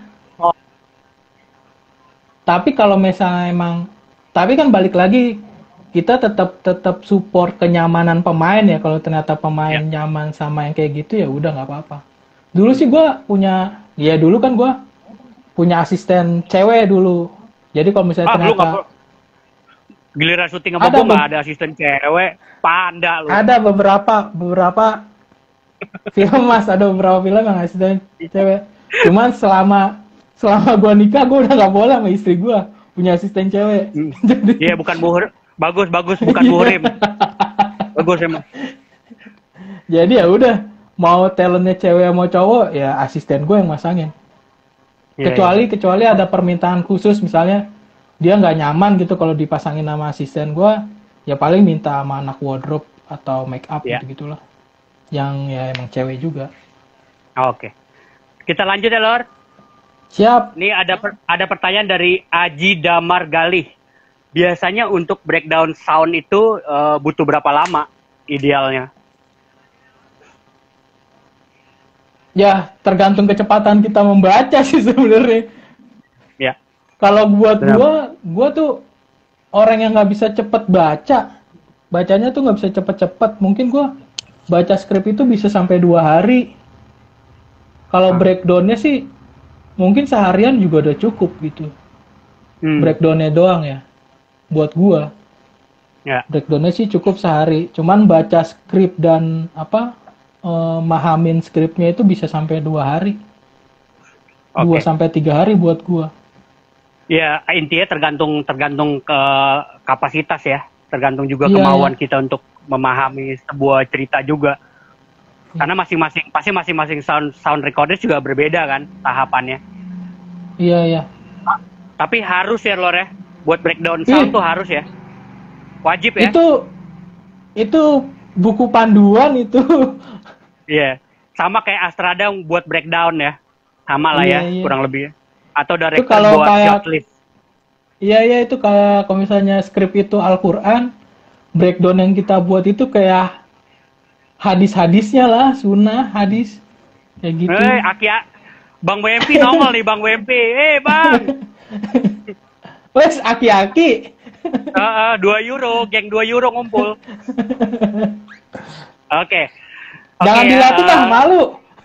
tapi kalau misalnya tapi kan balik lagi kita tetap support kenyamanan pemain ya. Kalau ternyata pemain nyaman sama yang kayak gitu ya udah nggak apa-apa. Dulu sih dulu kan gue punya asisten cewek dulu. Jadi kalau misalnya ternyata giliran syuting sama gue nggak ada asisten cewek, panda lu. Ada beberapa film Mas, ada beberapa film yang asisten cewek. Cuman selama gue nikah gue udah nggak boleh sama istri gue punya asisten cewek. Iya bukan bagus bukan muhrim. Bagus emang. Jadi ya udah mau talentnya cewek mau cowok ya asisten gue yang masangin. Kecuali ada permintaan khusus misalnya dia nggak nyaman gitu kalau dipasangin sama asisten gue, ya paling minta sama anak wardrobe atau make up gitu-gitulah. Yang ya emang cewek juga. Oke. Kita lanjut ya Lor. Siap. Ini ada pertanyaan dari Aji Damar Galih. Biasanya untuk breakdown sound itu butuh berapa lama idealnya? Ya, tergantung kecepatan kita membaca sih sebenarnya. Ya. Kalau buat Benar. gua tuh orang yang nggak bisa cepet baca. Bacanya tuh nggak bisa cepet-cepet. Mungkin gua baca skrip itu bisa sampai 2 hari. Kalau breakdownnya sih mungkin seharian juga udah cukup gitu. Breakdownnya doang ya. Buat gua. Ya. Breakdownnya sih cukup sehari. Cuman baca skrip dan mahamin skripnya itu bisa sampai 2 hari. 2 sampai 3 hari buat gua. Ya, intinya tergantung ke kapasitas ya. Tergantung juga Iya, kemauan iya. kita untuk memahami sebuah cerita juga. Karena masing-masing sound recorder juga berbeda kan tahapannya. Iya, iya. Tapi harus ya Lor ya. Buat breakdown sound tuh harus ya. Wajib ya. Itu buku panduan itu. Iya. Sama kayak Astrada buat breakdown ya. Sama lah ya, Iya. kurang lebih ya. Atau Itu director kalau buat kayak shortlist. iya itu kayak kalau misalnya skrip itu Al-Qur'an, breakdown yang kita buat itu kayak hadis-hadisnya lah, sunnah, hadis kayak gitu. Bang WMP nongol nih Bang WMP. Bang. Wes aki-aki. 2 euro, geng 2 euro ngumpul. Oke. Jangan dilatih lah, malu.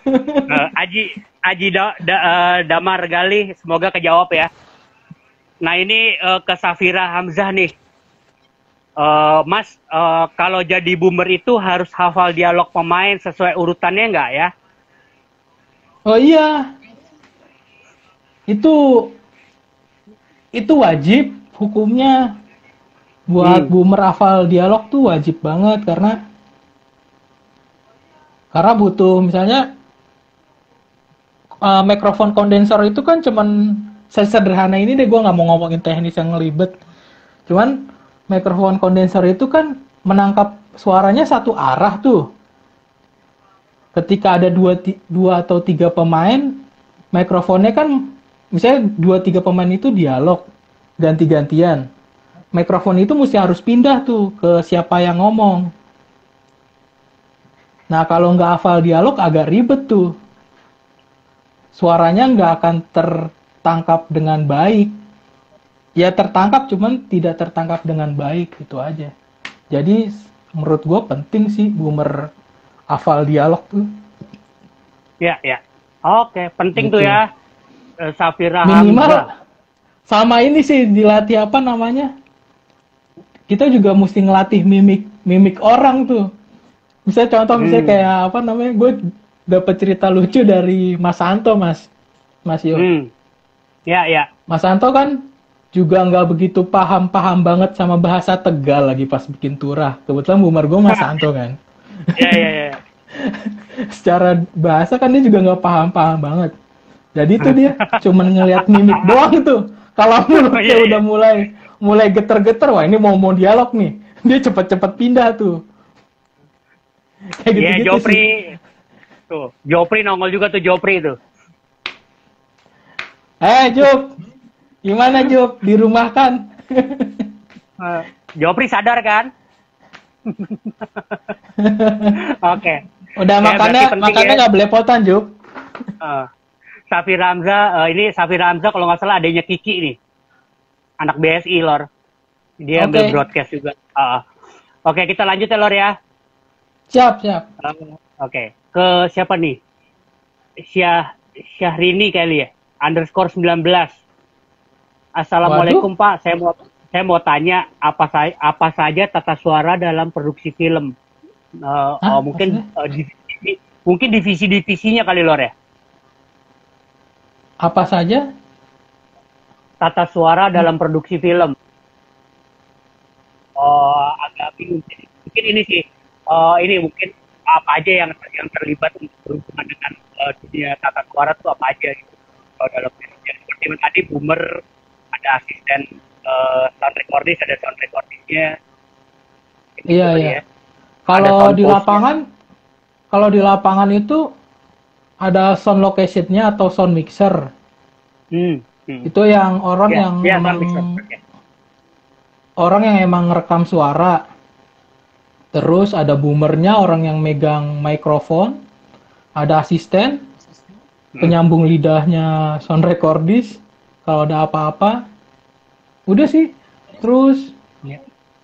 Aji Damar Galih, semoga kejawab ya. Nah ini ke Safira Hamzah nih. Mas, kalau jadi boomer itu harus hafal dialog pemain sesuai urutannya nggak ya? Oh iya. Itu wajib hukumnya buat boomer hafal dialog tuh wajib banget karena butuh misalnya mikrofon kondensor itu kan cuman sesederhana ini deh, gue nggak mau ngomongin teknis yang ribet. Cuman mikrofon kondensor itu kan menangkap suaranya satu arah tuh. Ketika ada dua atau tiga pemain, mikrofonnya kan misalnya 2-3 pemain itu dialog ganti-gantian. Mikrofon itu mesti harus pindah tuh ke siapa yang ngomong. Nah kalau nggak hafal dialog agak ribet tuh. Suaranya nggak akan tertangkap dengan baik. Ya tertangkap cuman tidak tertangkap dengan baik, itu aja. Jadi menurut gue penting sih boomer hafal dialog tuh. Ya. Oke, penting gitu. Tuh ya. Safira Minimal Hamzah. Sama ini sih dilatih apa namanya? Kita juga mesti ngelatih mimik orang tuh. Misalnya contoh misalnya kayak apa namanya? Gue dapat cerita lucu dari Mas Santo, Mas Yo. Ya. Mas Santo kan juga nggak begitu paham banget sama bahasa Tegal lagi pas bikin turah. Kebetulan boomer gue Mas Santo kan. Ya. Secara bahasa kan dia juga nggak paham banget. Jadi tuh dia cuman ngelihat mimik doang tuh. Kalau mulutnya udah mulai geter-geter, wah ini mau dialog nih. Dia cepet-cepet pindah tuh. Kayak gitu-gitu Jopri. sih. Tuh, Jopri nongol juga tuh Jopri tuh. Jop. Gimana Jop? Di rumah kan? Jopri sadar kan? Oke. Udah makannya nggak belepotan Jop. Safira Hamzah kalau nggak salah adanya Kiki nih. Anak BSI Lor. Dia ambil broadcast juga. Oke, kita lanjut ya Lor ya. Siap. Oke. Ke siapa nih? Syahrini kali ya. _19. Assalamualaikum Pak. Saya mau tanya apa saja tata suara dalam produksi film. Mungkin divisi-divisinya kali Lor ya. Apa saja? Tata suara dalam produksi film. Agak bingung. Mungkin ini sih. Ini mungkin apa aja yang terlibat berhubungan dengan dunia tata suara itu apa aja gitu. Dalam filmnya. Seperti tadi boomer, ada asisten sound recordist, ada sound recordingnya. Iya. Ya. Kalau di lapangan itu ada sound location-nya atau sound mixer. Itu yang orang yang sound emang mixer. Oke. orang yang emang ngerekam suara. Terus ada boomernya, orang yang megang mikrofon, ada asisten, penyambung lidahnya sound recordist. Kalau ada apa-apa, udah sih. Terus Ya.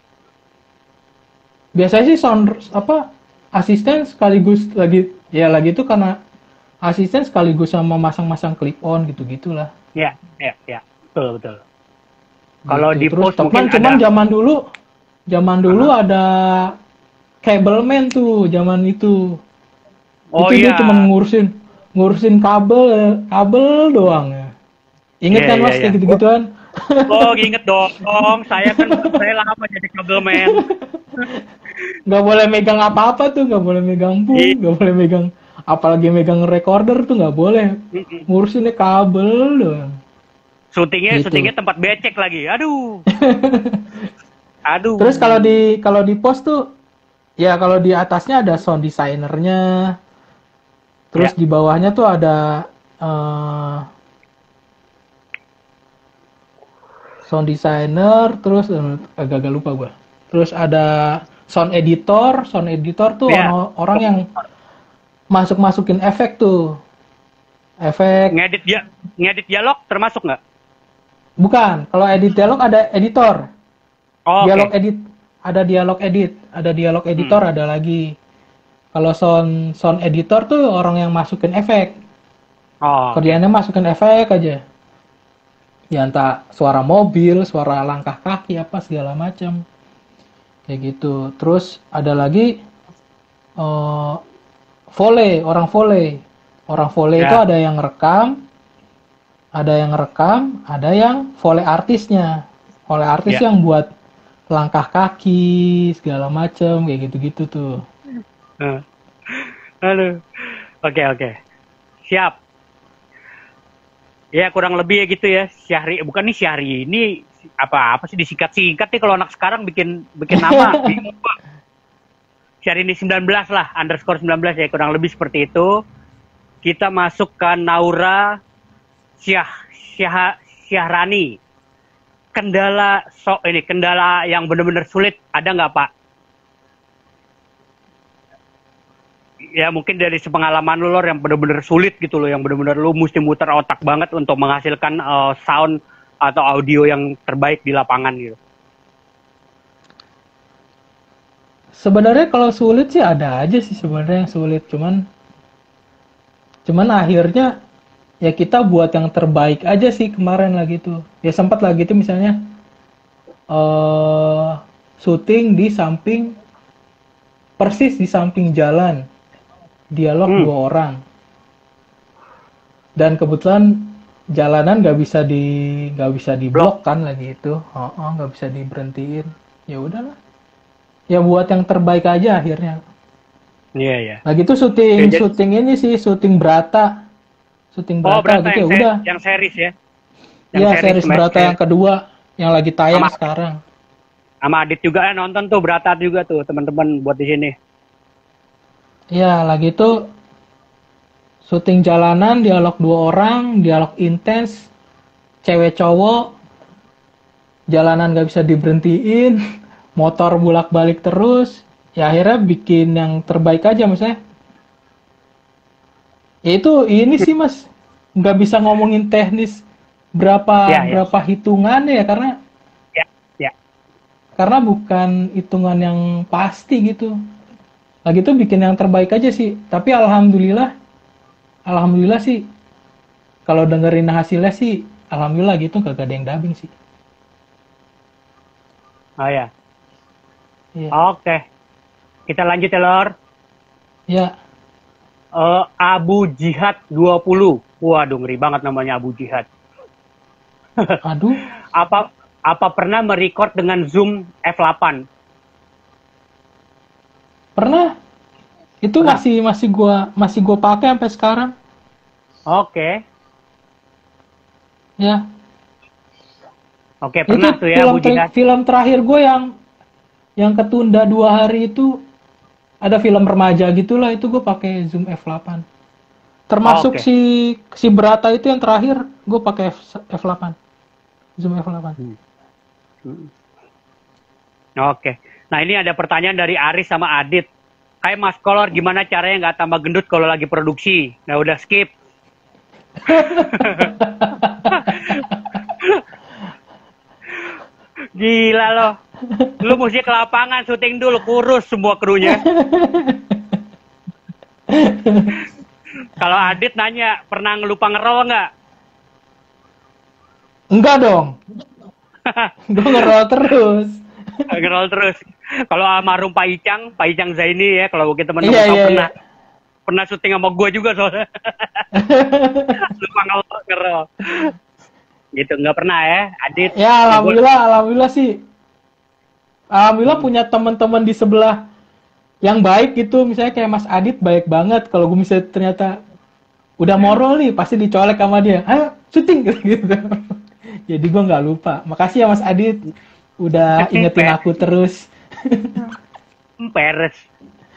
biasanya sih asisten sekaligus lagi itu karena asisten sekaligus sama masang-masang clip on gitu-gitulah. Ya, betul betul. Kalau Gitu. di Terus post mungkin cuman ada. zaman dulu ada cableman tuh zaman itu. Oh Itu dia iya. cuma ngurusin kabel doang ya. Ingat Iya, kan iya, Mas iya. kayak gitu-gituan? Oh, inget dong. Saya lama jadi kabelman. Nggak boleh megang apa-apa tuh, nggak boleh megang Iya. boom, nggak boleh megang apalagi megang recorder tuh nggak boleh. Mm-mm. Ngurusinnya kabel doang. Syutingnya Gitu. syutingnya tempat becek lagi. Aduh. Aduh. Terus kalau di pos tuh ya kalau di atasnya ada sound designernya, terus Ya. di bawahnya tuh ada eh, sound designer, terus agak-agak lupa gua. Terus ada sound editor tuh Ya. orang yang masukin efek tuh. Efek. Ngedit dialog termasuk nggak? Bukan, kalau edit dialog ada editor. Oh, Dialog oke. edit, ada dialog editor ada lagi. Kalau sound editor tuh orang yang masukin efek. Oh, Kerjaannya masukin efek aja. Ya entah suara mobil, suara langkah kaki apa segala macam. Kayak gitu. Terus ada lagi volley, orang volley. Orang volley Ya. itu ada yang rekam, ada yang volley artisnya. Volley artis Ya. yang buat langkah kaki segala macam kayak gitu-gitu tuh. Eh. Aduh. Oke. Siap. Ya kurang lebih ya gitu ya. Bukan nih Syahri ini apa sih disingkat-singkat nih kalau anak sekarang bikin nama. Bingung gua. Syahrini 19 lah, _19 ya kurang lebih seperti itu. Kita masuk ke Naura Syahrani. Kendala yang benar-benar sulit ada nggak Pak? Ya mungkin dari sepengalaman lu Lor yang benar-benar sulit gitu loh, yang benar-benar lu mesti muter otak banget untuk menghasilkan sound atau audio yang terbaik di lapangan gitu. Sebenarnya kalau sulit sih ada aja sih sebenarnya yang sulit, cuman akhirnya ya kita buat yang terbaik aja sih kemarin lagi tuh. Ya sempat lagi tuh misalnya syuting persis di samping jalan, dialog 2 orang. Dan kebetulan jalanan nggak bisa diblok kan lagi itu, nggak bisa diberhentiin. Ya udahlah, ya buat yang terbaik aja akhirnya. Iya, iya. Lagi itu syuting ini sih, syuting Brata Berarti gitu ya udah. yang series ya. Iya, series Brata yang kedua yang lagi tayang sekarang. Sama Adit juga nonton tuh Brata juga tuh teman-teman buat di sini. Iya, lagi itu syuting jalanan, dialog 2 orang, dialog intens, cewek cowok, jalanan nggak bisa diberhentiin, motor bolak-balik terus. Ya akhirnya bikin yang terbaik aja maksudnya. Ya itu ini sih Mas, nggak bisa ngomongin teknis berapa hitungannya ya karena bukan hitungan yang pasti gitu. Lagi itu bikin yang terbaik aja sih. Tapi alhamdulillah sih kalau dengerin hasilnya sih alhamdulillah gitu gak ada yang dubbing sih. Oh ya. Iya. Oke. Kita lanjut ya Lor. Ya. Abu Jihad 20. Waduh ngeri banget namanya Abu Jihad. Aduh. Apa pernah merecord dengan Zoom F8? Pernah. Itu masih gua pakai sampai sekarang. Oke. Ya. Oke, pernah itu tuh ya Abu Jihad. Film terakhir gue yang ketunda 2 hari itu ada film remaja gitulah, itu gue pakai Zoom F8. Termasuk Oke. si Berata itu yang terakhir, gue pakai F8. Zoom F8. Hmm. Oke. Nah ini ada pertanyaan dari Aris sama Adit. Hai Mas Kolor, gimana caranya nggak tambah gendut kalau lagi produksi? Nah udah skip. Gila loh. Lu mesti ke lapangan syuting dulu, kurus semua krunya. Kalau Adit nanya, pernah ngelupa ngerol nggak? Enggak dong. Gue ngerol terus. Ngerol terus. Kalau almarhum Pak Icang Zaini ya, kalau mungkin teman-teman Iya, tahu iya, iya. pernah syuting sama gue juga soalnya. Lupa ngerol. Gitu, nggak pernah ya, Adit? Ya, alhamdulillah sih. Alhamdulillah punya teman-teman di sebelah yang baik gitu. Misalnya kayak Mas Adit baik banget. Kalau gue misalnya ternyata udah morol nih, pasti dicolek sama dia. Ayo, syuting gitu. Jadi gue nggak lupa. Makasih ya Mas Adit. Udah ingetin aku terus. Peres.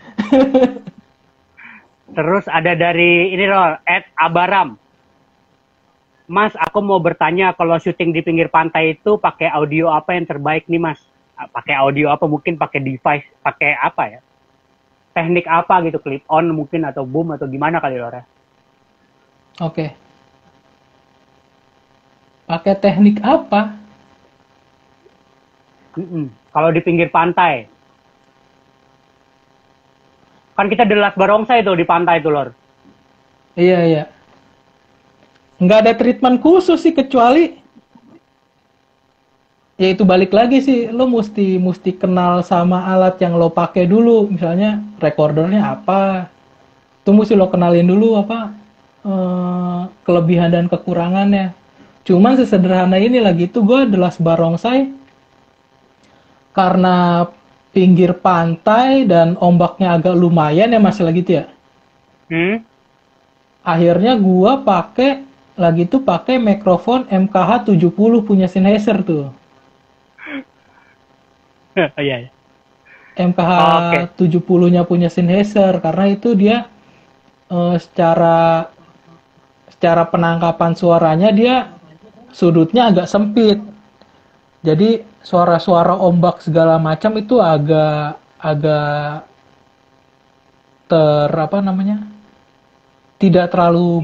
Terus ada dari ini loh, @abaram. Mas, aku mau bertanya kalau syuting di pinggir pantai itu pakai audio apa yang terbaik nih, Mas? Pakai audio apa? Mungkin pakai device, pakai apa ya? Teknik apa gitu, clip on mungkin atau boom atau gimana kali Lore? Oke. Pakai teknik apa? Kalau di pinggir pantai. Kan kita di Las Barongsai tuh di pantai tuh, Lor. Iya, iya. Nggak ada treatment khusus sih, kecuali ya itu balik lagi sih, lo mesti kenal sama alat yang lo pakai dulu. Misalnya recordernya apa, itu mesti lo kenalin dulu apa kelebihan dan kekurangannya. Cuman sesederhana ini lagi itu gue The Last Barongsai karena pinggir pantai dan ombaknya agak lumayan ya masih lagi tuh ya. Akhirnya gue pakai mikrofon MKH 70 punya Sennheiser tuh. Iya. MKH 70-nya punya Sennheiser karena itu dia secara penangkapan suaranya dia sudutnya agak sempit. Jadi suara-suara ombak segala macam itu agak tidak terlalu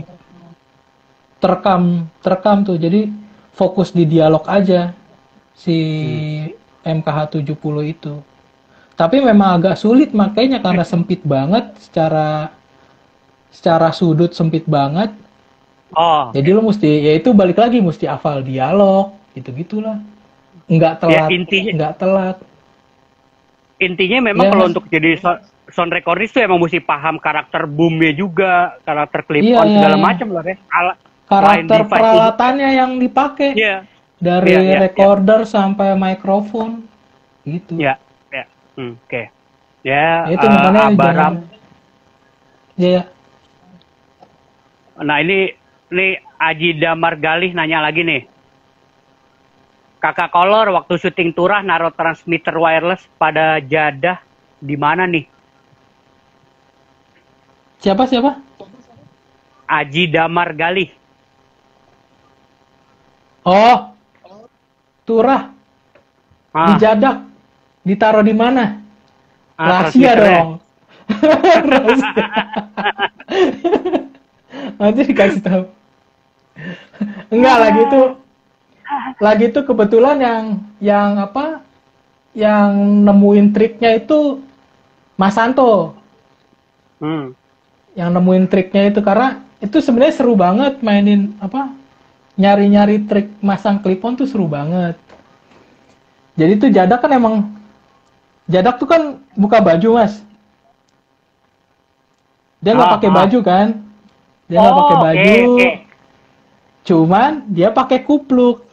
terekam tuh. Jadi fokus di dialog aja si MKH 70 itu. Tapi memang agak sulit makanya karena sempit banget secara sudut sempit banget. Jadi lo mesti, ya itu balik lagi mesti hafal dialog, gitu-gitulah. Nggak telat. Intinya memang kalau untuk jadi sound recordist tuh emang mesti paham karakter boomnya juga, karakter clip on segala macam loh ya. Karakter peralatannya yang dipakai. Dari recorder sampai mikrofon gitu. Oke. Ya, itu makanya Abaram. Ya. Nah, ini Aji Damar Galih nanya lagi nih. Kakak Kolor waktu syuting Turah naruh transmitter wireless pada jadah di mana nih? Siapa? Aji Damar Galih. Oh, Turah di jadak, ditaruh di mana? Rahasia dong. Nanti dikasih tahu. Enggak, lagi itu kebetulan yang nemuin triknya itu Mas Santo. Yang nemuin triknya itu karena itu sebenarnya seru banget mainin nyari-nyari trik masang clip-on tuh seru banget. Jadi tuh jadak tuh kan buka baju, Mas. Dia nggak pakai baju kan? Dia nggak pakai baju. Cuman dia pakai kupluk.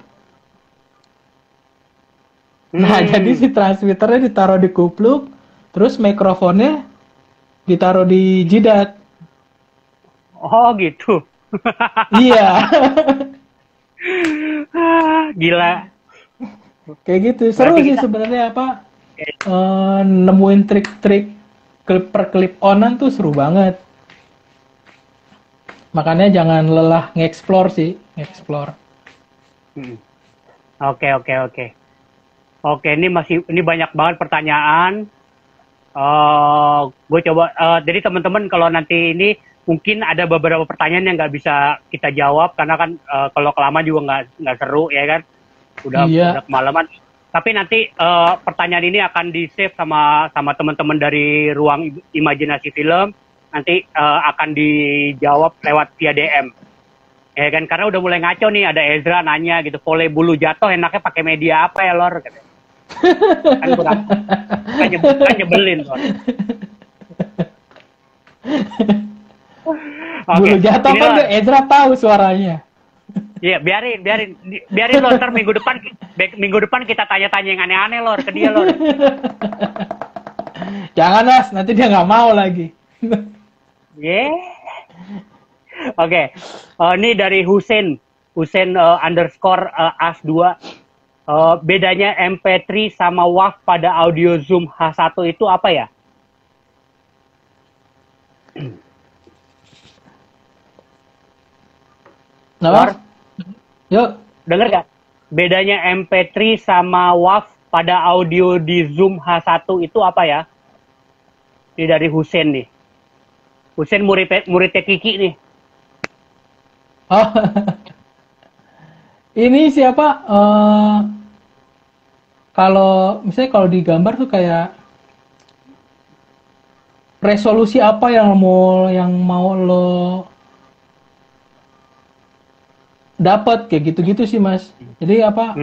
Nah, jadi si transmitternya ditaruh di kupluk, terus mikrofonnya ditaruh di jidat. Oh, gitu. Iya. Gila. Kayak gitu. Seru sih sebenarnya nemuin trik-trik clip onan tuh seru banget. Makanya jangan lelah nge-explore sih, nge-explore. Oke. Oke, ini banyak banget pertanyaan. Gue coba. Jadi teman-teman kalau nanti ini mungkin ada beberapa pertanyaan yang nggak bisa kita jawab karena kan kalau kelamaan juga nggak seru ya kan. Udah kemalaman. Tapi nanti pertanyaan ini akan di-save sama teman-teman dari Ruang Imajinasi Film. Nanti akan dijawab lewat via DM. Ya kan, karena udah mulai ngaco nih, ada Ezra nanya gitu, voli bulu jatuh enaknya pakai media apa ya, Lor? Kan nyebelin, Lor. Bulu jatuh kan tuh Ezra tahu suaranya. Iya, biarin Lor, ntar minggu depan kita tanya-tanya yang aneh-aneh, Lor, ke dia, Lor. Jangan, Mas, nanti dia nggak mau lagi. Oke. Ini dari Husein underscore as2. Bedanya MP3 sama WAV pada audio Zoom H1 itu apa ya? Lor? Yuk. Dengar gak? Bedanya MP3 sama WAV pada audio di Zoom H1 itu apa ya? Ini dari Husein nih. Husein muridnya Kiki nih. Oh, ini siapa? Misalnya kalau di gambar tuh kayak resolusi apa yang mau lo dapat kayak gitu-gitu sih, Mas. Jadi apa?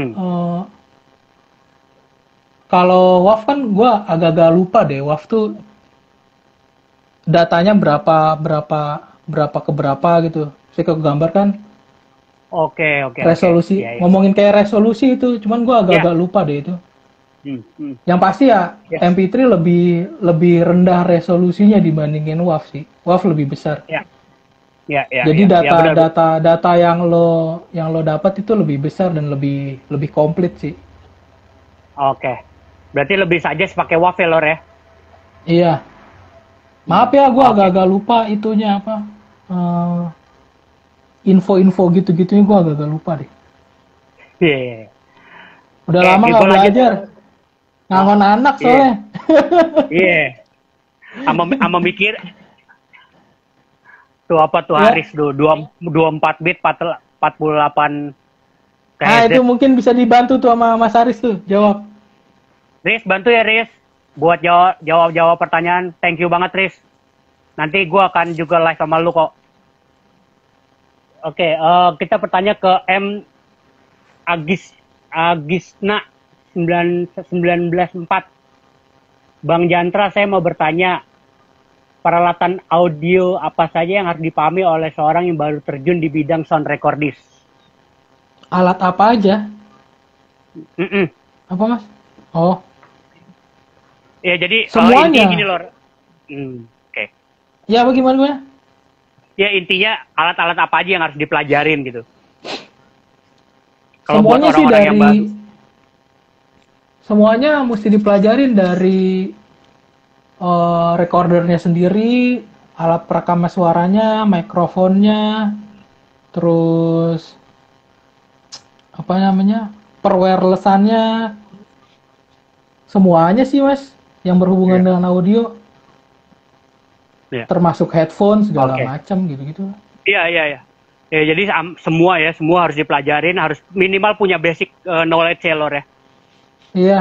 Kalau WAV kan gue agak-agak lupa deh. WAV tuh datanya berapa ke berapa gitu. Saya ke gambar kan. Oke. Resolusi. Ya. Ngomongin kayak resolusi itu, cuman gue agak-agak lupa deh itu. Yang pasti ya MP3 lebih rendah resolusinya dibandingin WAV sih. WAV lebih besar. Jadi data yang lo dapat itu lebih besar dan lebih komplit sih. Oke. Berarti lebih saja pakai WAV ya, Lor ya? Iya. Maaf ya, gue agak-agak lupa itunya apa. Info-info gitu-gitunya gue agak-agak lupa deh. Iya. Udah lama nggak belajar. Ngangon anak soalnya. Iya. Ama mikir. Tuh apa tuh Aris tuh 24 bit 48 KHZ. Itu mungkin bisa dibantu tuh sama Mas Aris tuh jawab. Riz, bantu ya Riz buat jawab pertanyaan. Thank you banget Riz. Nanti gue akan juga live sama lu kok. Oke, kita bertanya ke M Agisna 194. Bang Jantra, saya mau bertanya, peralatan audio apa saja yang harus dipahami oleh seorang yang baru terjun di bidang sound recordist? Alat apa aja? Apa Mas? Oh. Ya jadi semuanya. Intinya gini Lor. Oke. Ya bagaimana? Ya intinya alat-alat apa aja yang harus dipelajarin gitu. Kalau semuanya buat orang-orang yang baru. Semuanya mesti dipelajarin dari recordernya sendiri, alat perekam suaranya, mikrofonnya, terus apa namanya, wireless-annya, semuanya sih Mas yang berhubungan dengan audio. Termasuk headphone segala macam gitu-gitu. Iya. Ya, jadi semua harus dipelajarin, harus minimal punya basic knowledge ya Lor ya. Iya.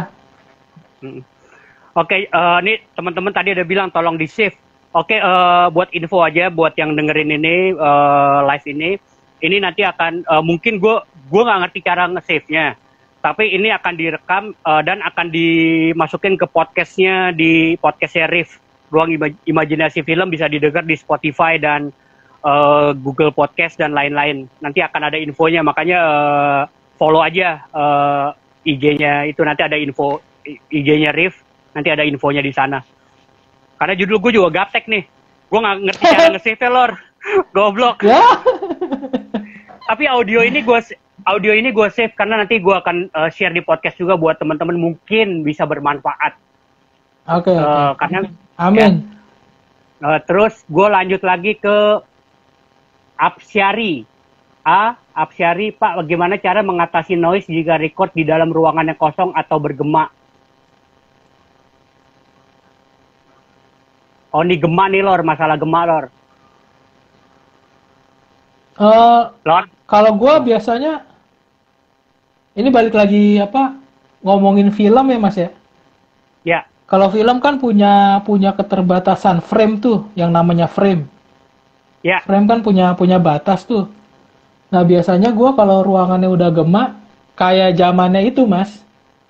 Oke, ini teman-teman tadi ada bilang tolong di save. Oke, buat info aja buat yang dengerin ini live ini nanti akan mungkin gue nggak ngerti cara nge-save-nya, tapi ini akan direkam dan akan dimasukin ke podcastnya di podcastnya Riff. Ruang Imajinasi Film bisa didengar di Spotify dan Google Podcast dan lain-lain. Nanti akan ada infonya, makanya follow aja IG-nya itu, nanti ada info IG-nya Riff, nanti ada infonya di sana. Karena judul gue juga gaptek nih, gue nggak ngerti cara nge-save Lor, goblok. Tapi audio ini gue save karena nanti gue akan share di podcast juga buat teman-teman, mungkin bisa bermanfaat. Oke. Karena amin. Ya, terus gue lanjut lagi ke Apsyari. Apsyari, Pak, bagaimana cara mengatasi noise jika record di dalam ruangan yang kosong atau bergema? Oh, ini gema nih, Lor. Masalah gema, Lor. Lor? Kalau gue biasanya, ini balik lagi ngomongin film ya Mas ya. Ya. Kalau film kan punya keterbatasan frame tuh, yang namanya frame. Ya. Frame kan punya batas tuh. Nah biasanya gue kalau ruangannya udah gema, kayak zamannya itu Mas,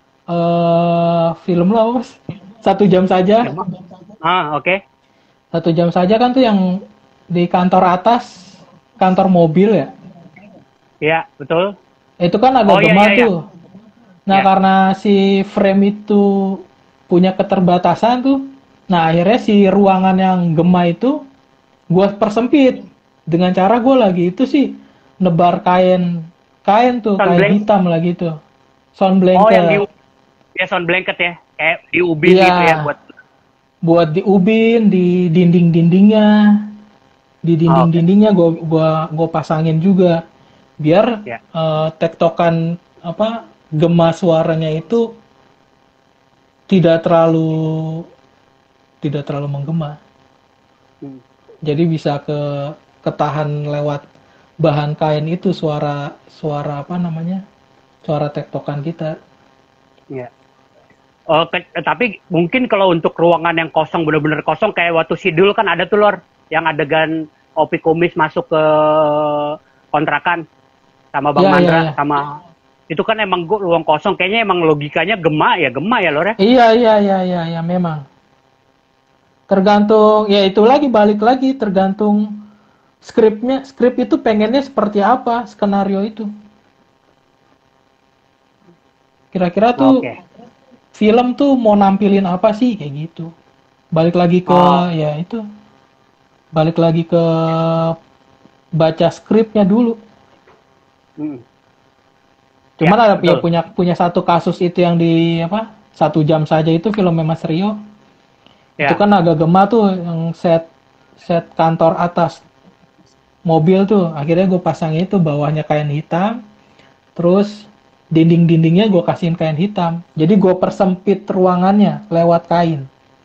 film lo apa Mas? 1 jam saja. Oke. 1 jam saja kan tuh yang di kantor atas, kantor mobil ya. Iya, betul. Itu kan agak gema tuh. Nah, Ya. karena si frame itu punya keterbatasan tuh, nah akhirnya si ruangan yang gema itu gue persempit dengan cara gue lagi itu sih nebar kain tuh, kain hitam lagi tuh, sound blanket. Oh, yang sound blanket ya, kayak diubin gitu ya buat diubin di dinding-dindingnya, gue pasangin juga biar tektokan gema suaranya itu tidak terlalu menggema. Jadi bisa ketahan lewat bahan kain itu suara suara tektokan kita. Iya. Tapi mungkin kalau untuk ruangan yang kosong, benar-benar kosong, kayak waktu Sidul kan ada tuh, Lor, yang adegan Opi Kumis masuk ke kontrakan sama Bang Mandra sama itu kan emang ruang kosong, kayaknya emang logikanya gema ya Lor ya. Iya memang. Tergantung ya itu lagi balik lagi tergantung skrip itu pengennya seperti apa skenario itu. Kira-kira tuh film tuh mau nampilin apa sih kayak gitu. Balik lagi ke balik lagi ke baca skripnya dulu. Cuman ada punya satu kasus itu yang di 1 jam saja itu filmnya Mas Rio. Itu kan agak gema tuh yang set kantor atas mobil tuh. Akhirnya gue pasang itu bawahnya kain hitam. Terus dinding-dindingnya gue kasihin kain hitam. Jadi gue persempit ruangannya lewat kain.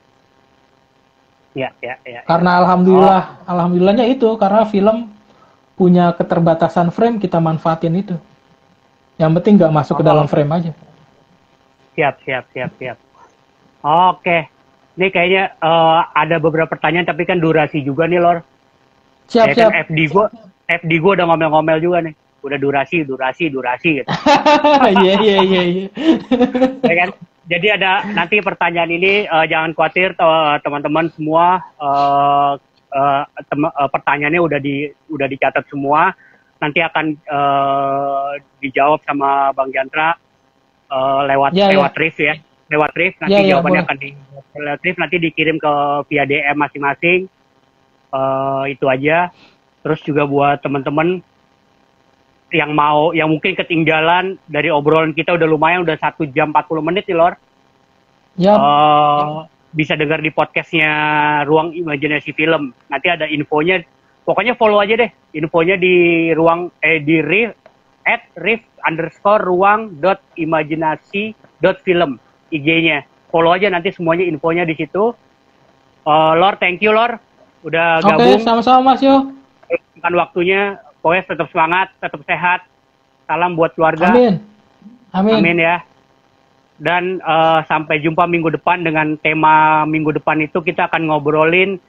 Ya. Karena alhamdulillahnya itu karena film punya keterbatasan frame kita manfaatin itu. Yang penting nggak masuk ke dalam frame aja. Siap. Oke. Ini kayaknya ada beberapa pertanyaan tapi kan durasi juga nih, Lor. Siap. FD gue udah ngomel-ngomel juga nih. Udah durasi gitu. Iya. Ya kan? Jadi ada nanti pertanyaan ini jangan khawatir teman-teman semua pertanyaannya udah dicatat semua. Nanti akan dijawab sama Bang Jantra lewat Riff ya. Lewat Riff nanti jawabannya akan lewat Riff nanti dikirim ke via DM masing-masing. Itu aja. Terus juga buat teman-teman yang mungkin ketinggalan dari obrolan kita udah lumayan, udah 1 jam 40 menit nih, Lor. Bisa dengar di podcastnya Ruang Imajinasi Film. Nanti ada infonya. Pokoknya follow aja deh infonya di di riff_ruang.imajinasi.film IG-nya. Follow aja nanti semuanya infonya di situ. Lor, thank you Lor. Udah gabung. Oke, sama-sama Mas Yo. Kan waktunya. Pokoknya tetap semangat, tetap sehat. Salam buat keluarga. Amin ya. Dan sampai jumpa minggu depan dengan tema minggu depan itu kita akan ngobrolin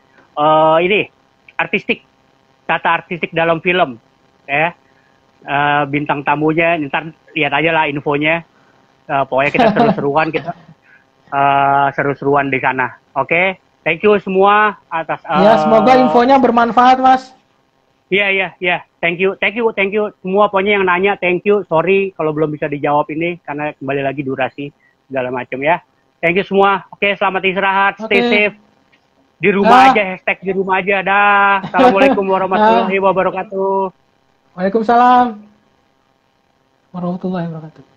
tata artistik dalam film. Ya. Bintang tamunya, ntar lihat aja lah infonya. Pokoknya kita seru-seruan di sana. Oke, thank you semua atas. Semoga infonya bermanfaat, Mas. Iya. Thank you semua pokoknya yang nanya, thank you. Sorry kalau belum bisa dijawab ini karena kembali lagi durasi segala macam ya. Thank you semua. Oke, selamat istirahat, stay safe. Di rumah aja, #di rumah aja. Dah. Assalamualaikum warahmatullahi wabarakatuh. Waalaikumsalam warahmatullahi wabarakatuh.